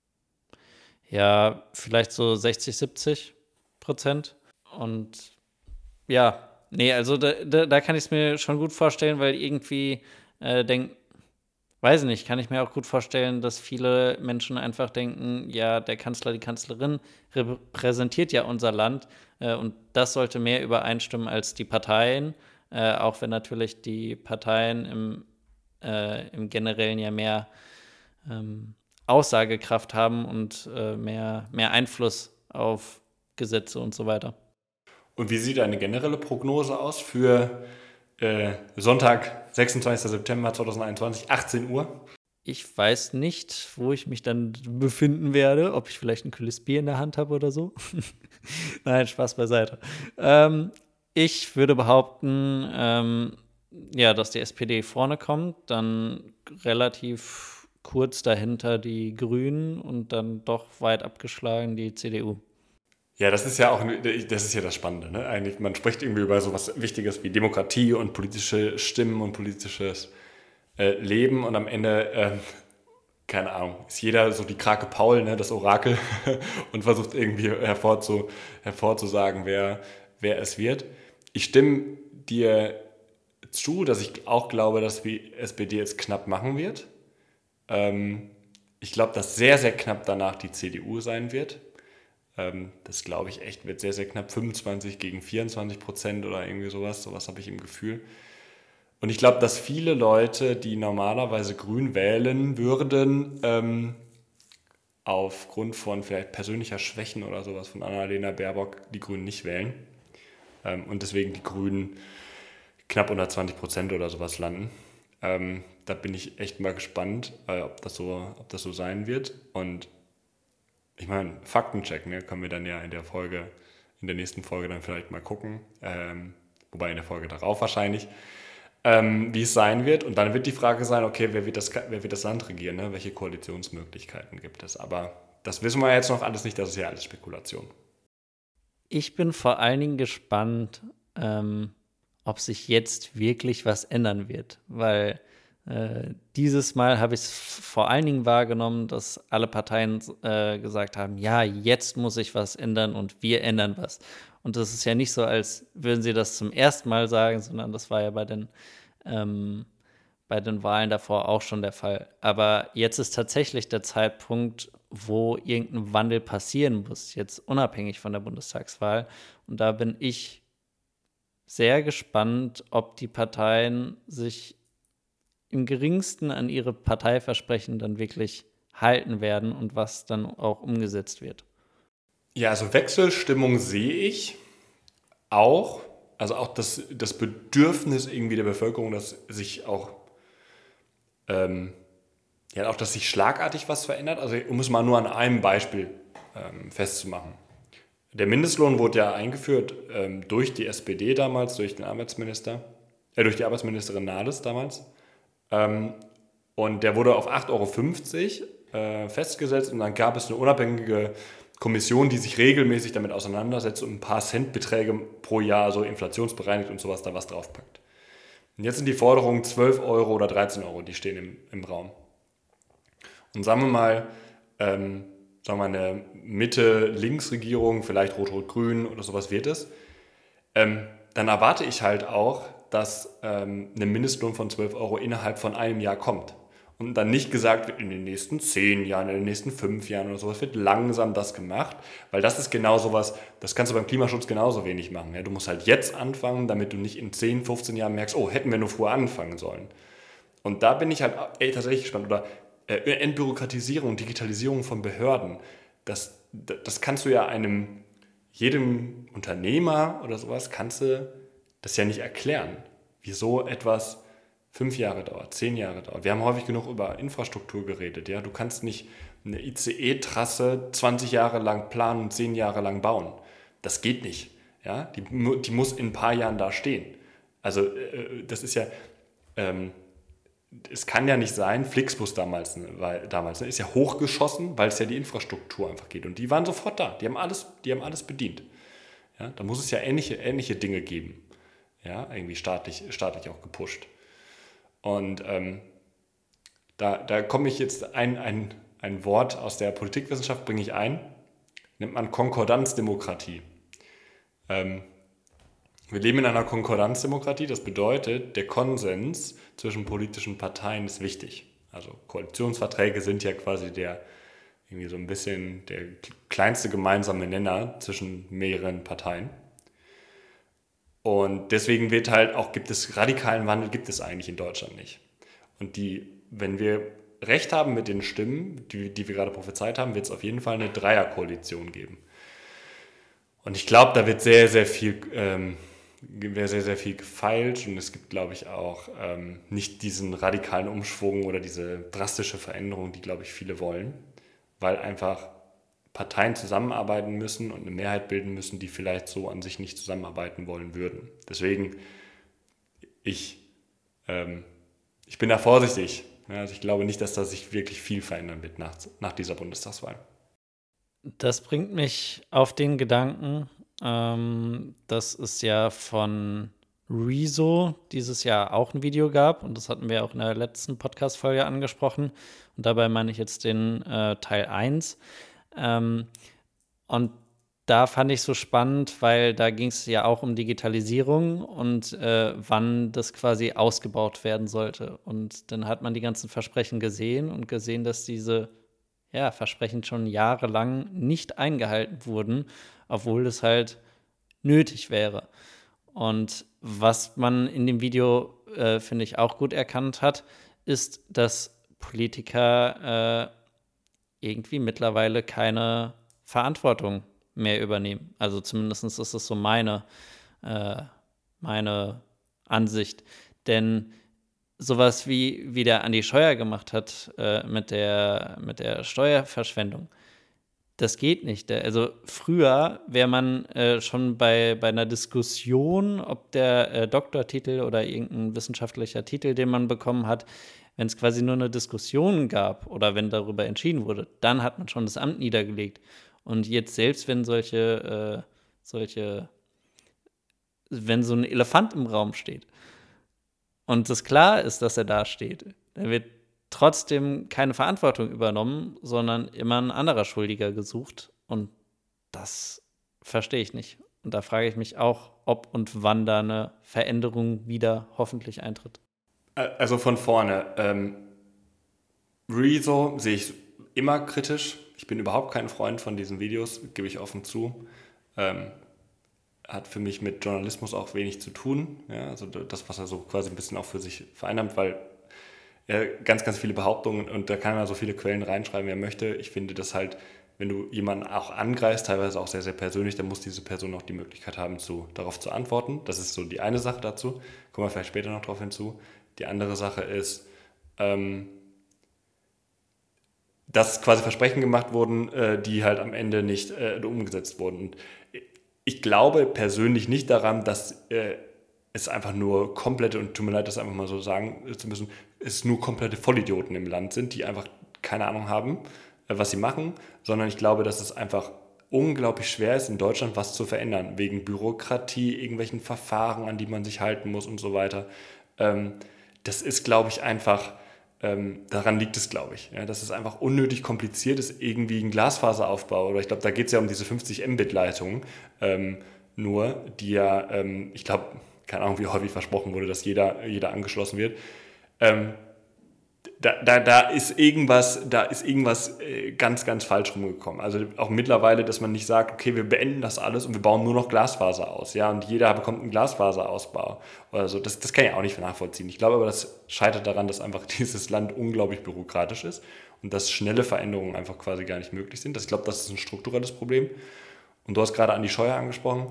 Speaker 1: ja, vielleicht so sechzig, siebzig Prozent. Und ja, nee, also da, da, da kann ich es mir schon gut vorstellen, weil irgendwie äh, denk, weiß ich nicht, kann ich mir auch gut vorstellen, dass viele Menschen einfach denken, ja, der Kanzler, die Kanzlerin repräsentiert ja unser Land äh, und das sollte mehr übereinstimmen als die Parteien, äh, auch wenn natürlich die Parteien im, äh, im Generellen ja mehr ähm, Aussagekraft haben und äh, mehr, mehr Einfluss auf Gesetze und so weiter.
Speaker 3: Und wie sieht eine generelle Prognose aus für äh, Sonntag, sechsundzwanzigster September zweitausendeinundzwanzig, achtzehn Uhr?
Speaker 1: Ich weiß nicht, wo ich mich dann befinden werde, ob ich vielleicht ein kühles Bier in der Hand habe oder so. Nein, Spaß beiseite. Ähm, ich würde behaupten, ähm, ja, dass die S P D vorne kommt, dann relativ kurz dahinter die Grünen und dann doch weit abgeschlagen die C D U.
Speaker 3: Ja, das ist ja auch, das ist ja das Spannende, ne? Eigentlich, man spricht irgendwie über so was Wichtiges wie Demokratie und politische Stimmen und politisches äh, Leben und am Ende, ähm, keine Ahnung, ist jeder so die Krake Paul, ne, das Orakel und versucht irgendwie hervorzu, hervorzusagen, wer, wer es wird. Ich stimme dir zu, dass ich auch glaube, dass die S P D es knapp machen wird. Ähm, ich glaube, dass sehr, sehr knapp danach die C D U sein wird. Ähm, das glaube ich echt, wird sehr, sehr knapp, fünfundzwanzig gegen vierundzwanzig Prozent oder irgendwie sowas. Sowas habe ich im Gefühl. Und ich glaube, dass viele Leute, die normalerweise grün wählen würden, ähm, aufgrund von vielleicht persönlicher Schwächen oder sowas von Annalena Baerbock die Grünen nicht wählen. Ähm, und deswegen die Grünen knapp unter zwanzig Prozent oder sowas landen. Ähm, da bin ich echt mal gespannt, äh, ob das so, ob das so sein wird. Und ich meine, Faktencheck, ne, können wir dann ja in der Folge, in der nächsten Folge dann vielleicht mal gucken. Ähm, wobei in der Folge darauf wahrscheinlich. Ähm, wie es sein wird. Und dann wird die Frage sein, okay, wer wird das, wer wird das Land regieren? Ne? Welche Koalitionsmöglichkeiten gibt es? Aber das wissen wir jetzt noch alles nicht, das ist ja alles Spekulation.
Speaker 1: Ich bin vor allen Dingen gespannt, ähm, ob sich jetzt wirklich was ändern wird, weil äh, dieses Mal habe ich es vor allen Dingen wahrgenommen, dass alle Parteien äh, gesagt haben, ja, jetzt muss sich was ändern und wir ändern was. Und das ist ja nicht so, als würden sie das zum ersten Mal sagen, sondern das war ja bei den, ähm, bei den Wahlen davor auch schon der Fall. Aber jetzt ist tatsächlich der Zeitpunkt, wo irgendein Wandel passieren muss, jetzt unabhängig von der Bundestagswahl. Und da bin ich sehr gespannt, ob die Parteien sich im geringsten an ihre Parteiversprechen dann wirklich halten werden und was dann auch umgesetzt wird.
Speaker 3: Ja, also Wechselstimmung sehe ich auch. Also auch das, das Bedürfnis irgendwie der Bevölkerung, dass sich auch, ähm, ja, auch, dass sich schlagartig was verändert. Also um es mal nur an einem Beispiel ähm, festzumachen. Der Mindestlohn wurde ja eingeführt ähm, durch die S P D damals, durch den Arbeitsminister, äh, durch die Arbeitsministerin Nahles damals. Ähm, und der wurde auf acht Euro fünfzig äh, festgesetzt und dann gab es eine unabhängige Kommission, die sich regelmäßig damit auseinandersetzt und ein paar Centbeträge pro Jahr, so inflationsbereinigt und sowas, da was draufpackt. Und jetzt sind die Forderungen zwölf Euro oder dreizehn Euro, die stehen im, im Raum. Und sagen wir mal, ähm, sagen wir mal eine Mitte-Links-Regierung, vielleicht Rot-Rot-Grün oder sowas wird es, ähm, dann erwarte ich halt auch, dass ähm, ein Mindestlohn von zwölf Euro innerhalb von einem Jahr kommt. Und dann nicht gesagt wird, in den nächsten zehn Jahren, in den nächsten fünf Jahren oder sowas, wird langsam das gemacht, weil das ist genau sowas, das kannst du beim Klimaschutz genauso wenig machen. Ja? Du musst halt jetzt anfangen, damit du nicht in zehn, fünfzehn Jahren merkst, oh, hätten wir nur früher anfangen sollen. Und da bin ich halt ey, tatsächlich gespannt. Oder äh, Entbürokratisierung, Digitalisierung von Behörden, das, das kannst du ja einem, jedem Unternehmer oder sowas, kannst du das ja nicht erklären, wieso etwas fünf Jahre dauert, zehn Jahre dauert. Wir haben häufig genug über Infrastruktur geredet. Ja? Du kannst nicht eine I C E-Trasse zwanzig Jahre lang planen und zehn Jahre lang bauen. Das geht nicht. Ja? Die, die muss in ein paar Jahren da stehen. Also äh, das ist ja, ähm, es kann ja nicht sein, Flixbus damals, ne, weil, damals ne, ist ja hochgeschossen, weil es ja die Infrastruktur einfach geht. Und die waren sofort da. Die haben alles, die haben alles bedient. Ja? Da muss es ja ähnliche, ähnliche Dinge geben. Ja? Irgendwie staatlich, staatlich auch gepusht. Und ähm, da, da komme ich jetzt, ein, ein, ein Wort aus der Politikwissenschaft bringe ich ein, nennt man Konkordanzdemokratie. Ähm, wir leben in einer Konkordanzdemokratie, das bedeutet, der Konsens zwischen politischen Parteien ist wichtig. Also Koalitionsverträge sind ja quasi der, irgendwie so ein bisschen der kleinste gemeinsame Nenner zwischen mehreren Parteien. Und deswegen wird halt auch, gibt es radikalen Wandel, gibt es eigentlich in Deutschland nicht. Und die, wenn wir recht haben mit den Stimmen, die, die wir gerade prophezeit haben, wird es auf jeden Fall eine Dreierkoalition geben. Und ich glaube, da wird sehr, sehr viel, ähm, sehr, sehr viel gefeilt und es gibt, glaube ich, auch ähm, nicht diesen radikalen Umschwung oder diese drastische Veränderung, die, glaube ich, viele wollen, weil einfach Parteien zusammenarbeiten müssen und eine Mehrheit bilden müssen, die vielleicht so an sich nicht zusammenarbeiten wollen würden. Deswegen, ich, ähm, ich bin da vorsichtig. Ja, also ich glaube nicht, dass da sich wirklich viel verändern wird nach, nach dieser Bundestagswahl.
Speaker 1: Das bringt mich auf den Gedanken, ähm, dass es ja von Rezo dieses Jahr auch ein Video gab und das hatten wir auch in der letzten Podcast-Folge angesprochen und dabei meine ich jetzt den äh, Teil eins. Ähm, und da fand ich so spannend, weil da ging es ja auch um Digitalisierung und äh, wann das quasi ausgebaut werden sollte. Und dann hat man die ganzen Versprechen gesehen und gesehen, dass diese ja, Versprechen schon jahrelang nicht eingehalten wurden, obwohl es halt nötig wäre. Und was man in dem Video, äh, finde ich, auch gut erkannt hat, ist, dass Politiker äh, irgendwie mittlerweile keine Verantwortung mehr übernehmen. Also zumindest ist es so meine, äh, meine Ansicht. Denn sowas wie, wie der Andi Scheuer gemacht hat äh, mit, der, mit der Steuerverschwendung, das geht nicht. Also früher wäre man äh, schon bei, bei einer Diskussion, ob der äh, Doktortitel oder irgendein wissenschaftlicher Titel, den man bekommen hat, wenn es quasi nur eine Diskussion gab oder wenn darüber entschieden wurde, dann hat man schon das Amt niedergelegt. Und jetzt selbst, wenn solche, äh, solche, wenn so ein Elefant im Raum steht und es klar ist, dass er da steht, dann wird trotzdem keine Verantwortung übernommen, sondern immer ein anderer Schuldiger gesucht. Und das verstehe ich nicht. Und da frage ich mich auch, ob und wann da eine Veränderung wieder hoffentlich eintritt.
Speaker 3: Also von vorne. Ähm, Rezo sehe ich immer kritisch. Ich bin überhaupt kein Freund von diesen Videos, gebe ich offen zu. Ähm, hat für mich mit Journalismus auch wenig zu tun. Ja, also das, was er so quasi ein bisschen auch für sich vereinnahmt, weil er ganz, ganz viele Behauptungen und da kann er so viele Quellen reinschreiben, wie er möchte. Ich finde das halt, wenn du jemanden auch angreifst, teilweise auch sehr, sehr persönlich, dann muss diese Person auch die Möglichkeit haben, zu, darauf zu antworten. Das ist so die eine Sache dazu. Kommen wir vielleicht später noch drauf hinzu. Die andere Sache ist, ähm, dass quasi Versprechen gemacht wurden, äh, die halt am Ende nicht äh, umgesetzt wurden. Und ich glaube persönlich nicht daran, dass äh, es einfach nur komplette, und tut mir leid, das einfach mal so sagen zu müssen, es nur komplette Vollidioten im Land sind, die einfach keine Ahnung haben, äh, was sie machen, sondern ich glaube, dass es einfach unglaublich schwer ist, in Deutschland was zu verändern, wegen Bürokratie, irgendwelchen Verfahren, an die man sich halten muss und so weiter. Ähm, das ist, glaube ich, einfach... Ähm, daran liegt es, glaube ich, ja, dass es einfach unnötig kompliziert ist, irgendwie ein Glasfaseraufbau, oder ich glaube, da geht es ja um diese fünfzig Mbit-Leitung, ähm, nur, die ja, ähm, ich glaube, keine Ahnung, wie häufig versprochen wurde, dass jeder, jeder angeschlossen wird. Ähm, da, da, da ist irgendwas, da ist irgendwas äh, ganz, ganz falsch rumgekommen. Also auch mittlerweile, dass man nicht sagt, okay, wir beenden das alles und wir bauen nur noch Glasfaser aus, ja, und jeder bekommt einen Glasfaserausbau oder so. Das, das kann ich auch nicht nachvollziehen. Ich glaube aber, das scheitert daran, dass einfach dieses Land unglaublich bürokratisch ist und dass schnelle Veränderungen einfach quasi gar nicht möglich sind. Das, ich glaube, das ist ein strukturelles Problem. Und du hast gerade Andi Scheuer angesprochen.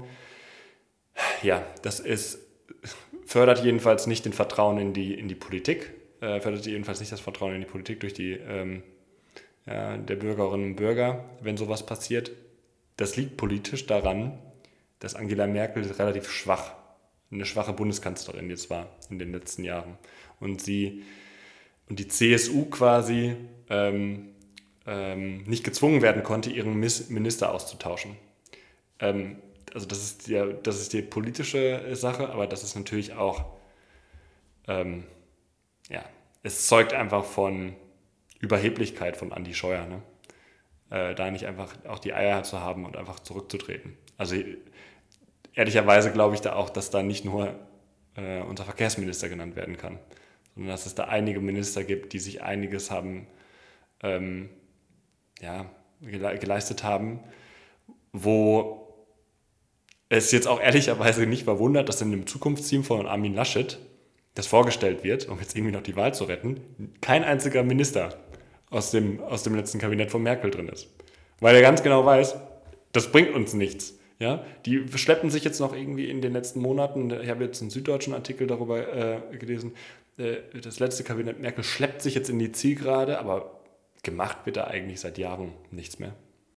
Speaker 3: Ja, das ist, fördert jedenfalls nicht den Vertrauen in die, in die Politik. Äh, fördert jedenfalls nicht das Vertrauen in die Politik durch die ähm, ja, der Bürgerinnen und Bürger, wenn sowas passiert. Das liegt politisch daran, dass Angela Merkel relativ schwach, eine schwache Bundeskanzlerin jetzt war in den letzten Jahren. Und sie und die C S U quasi ähm, ähm, nicht gezwungen werden konnte, ihren Minister auszutauschen. Ähm, also das ist, die, das ist die politische Sache, aber das ist natürlich auch ähm, ja, es zeugt einfach von Überheblichkeit von Andi Scheuer, ne? Äh, da nicht einfach auch die Eier zu haben und einfach zurückzutreten. Also ehrlicherweise glaube ich da auch, dass da nicht nur äh, unser Verkehrsminister genannt werden kann, sondern dass es da einige Minister gibt, die sich einiges haben ähm, ja, gele- geleistet haben, wo es jetzt auch ehrlicherweise nicht verwundert, dass in dem Zukunftsteam von Armin Laschet das vorgestellt wird, um jetzt irgendwie noch die Wahl zu retten, kein einziger Minister aus dem, aus dem letzten Kabinett von Merkel drin ist. Weil er ganz genau weiß, das bringt uns nichts. Ja? Die schleppen sich jetzt noch irgendwie in den letzten Monaten, ich habe jetzt einen süddeutschen Artikel darüber äh, gelesen, äh, das letzte Kabinett Merkel schleppt sich jetzt in die Zielgerade, aber gemacht wird da eigentlich seit Jahren nichts mehr.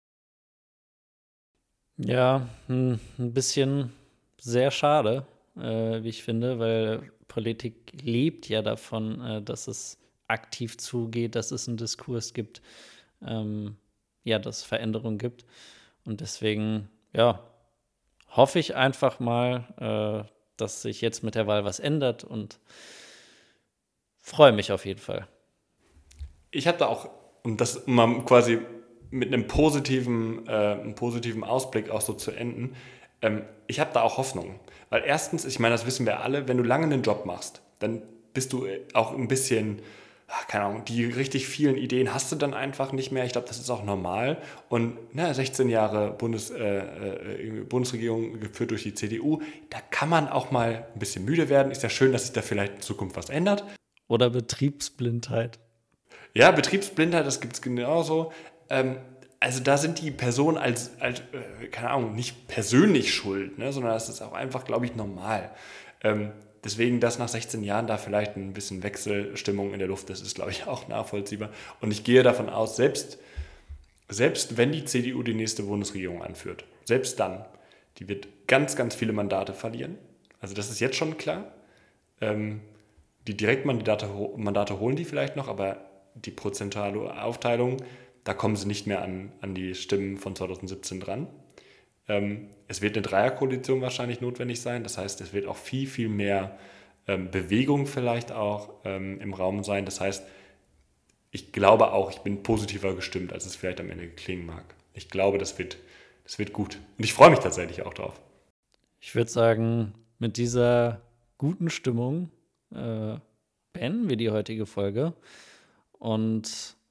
Speaker 1: Ja, ein bisschen sehr schade, äh, wie ich finde, weil Politik lebt ja davon, äh, dass es aktiv zugeht, dass es einen Diskurs gibt, ähm, ja, dass es Veränderungen gibt. Und deswegen, ja, hoffe ich einfach mal, äh, dass sich jetzt mit der Wahl was ändert und freue mich auf jeden Fall.
Speaker 3: Ich habe da auch, um das mal quasi mit einem positiven, äh, einem positiven Ausblick auch so zu enden, ähm, ich habe da auch Hoffnung. Weil erstens, ich meine, das wissen wir alle, wenn du lange einen Job machst, dann bist du auch ein bisschen, ach, keine Ahnung, die richtig vielen Ideen hast du dann einfach nicht mehr. Ich glaube, das ist auch normal. Und na, sechzehn Jahre Bundes, äh, äh, Bundesregierung geführt durch die C D U, da kann man auch mal ein bisschen müde werden. Ist ja schön, dass sich da vielleicht in Zukunft was ändert.
Speaker 1: Oder Betriebsblindheit.
Speaker 3: Ja, Betriebsblindheit, das gibt es genauso. Ähm, also da sind die Personen als, als äh, keine Ahnung, nicht persönlich schuld, ne, sondern das ist auch einfach, glaube ich, normal. Ähm, deswegen, dass nach sechzehn Jahren da vielleicht ein bisschen Wechselstimmung in der Luft ist, ist, glaube ich, auch nachvollziehbar. Und ich gehe davon aus, selbst, selbst wenn die C D U die nächste Bundesregierung anführt, selbst dann, die wird ganz, ganz viele Mandate verlieren. Also das ist jetzt schon klar. Ähm, die Direktmandate Mandate holen die vielleicht noch, aber die prozentuale Aufteilung, da kommen sie nicht mehr an, an die Stimmen von zwanzig siebzehn dran. Ähm, es wird eine Dreierkoalition wahrscheinlich notwendig sein. Das heißt, es wird auch viel, viel mehr ähm, Bewegung vielleicht auch ähm, im Raum sein. Das heißt, ich glaube auch, ich bin positiver gestimmt, als es vielleicht am Ende klingen mag. Ich glaube, das wird, das wird gut. Und ich freue mich tatsächlich auch drauf.
Speaker 1: Ich würde sagen, mit dieser guten Stimmung äh, beenden wir die heutige Folge. Und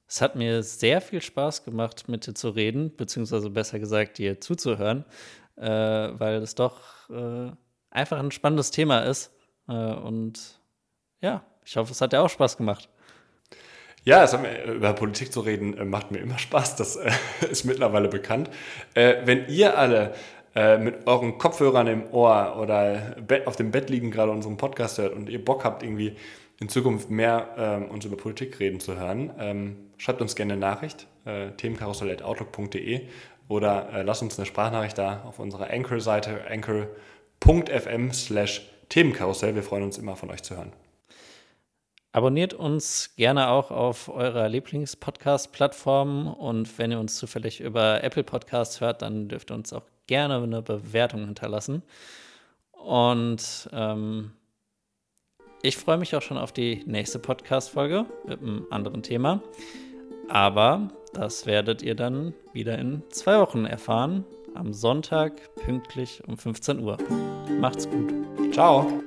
Speaker 1: Es hat mir sehr viel Spaß gemacht, mit dir zu reden, beziehungsweise besser gesagt, dir zuzuhören, äh, weil es doch äh, einfach ein spannendes Thema ist. Äh, und ja, ich hoffe, es hat dir auch Spaß gemacht.
Speaker 3: Ja, es hat mir, über Politik zu reden, äh, macht mir immer Spaß. Das äh, ist mittlerweile bekannt. Äh, wenn ihr alle äh, mit euren Kopfhörern im Ohr oder Bett, auf dem Bett liegen gerade unseren Podcast hört und ihr Bock habt, irgendwie in Zukunft mehr ähm, uns über Politik reden zu hören, ähm, schreibt uns gerne eine Nachricht, äh, themenkarussell at outlook punkt de oder äh, lasst uns eine Sprachnachricht da auf unserer Anchor-Seite anchor.fm slash Themenkarussell. Wir freuen uns immer, von euch zu hören.
Speaker 1: Abonniert uns gerne auch auf eurer Lieblings-Podcast-Plattform und wenn ihr uns zufällig über Apple Podcasts hört, dann dürft ihr uns auch gerne eine Bewertung hinterlassen. Und ähm, ich freue mich auch schon auf die nächste Podcast-Folge mit einem anderen Thema. Aber das werdet ihr dann wieder in zwei Wochen erfahren. Am Sonntag pünktlich um fünfzehn Uhr. Macht's gut.
Speaker 3: Ciao.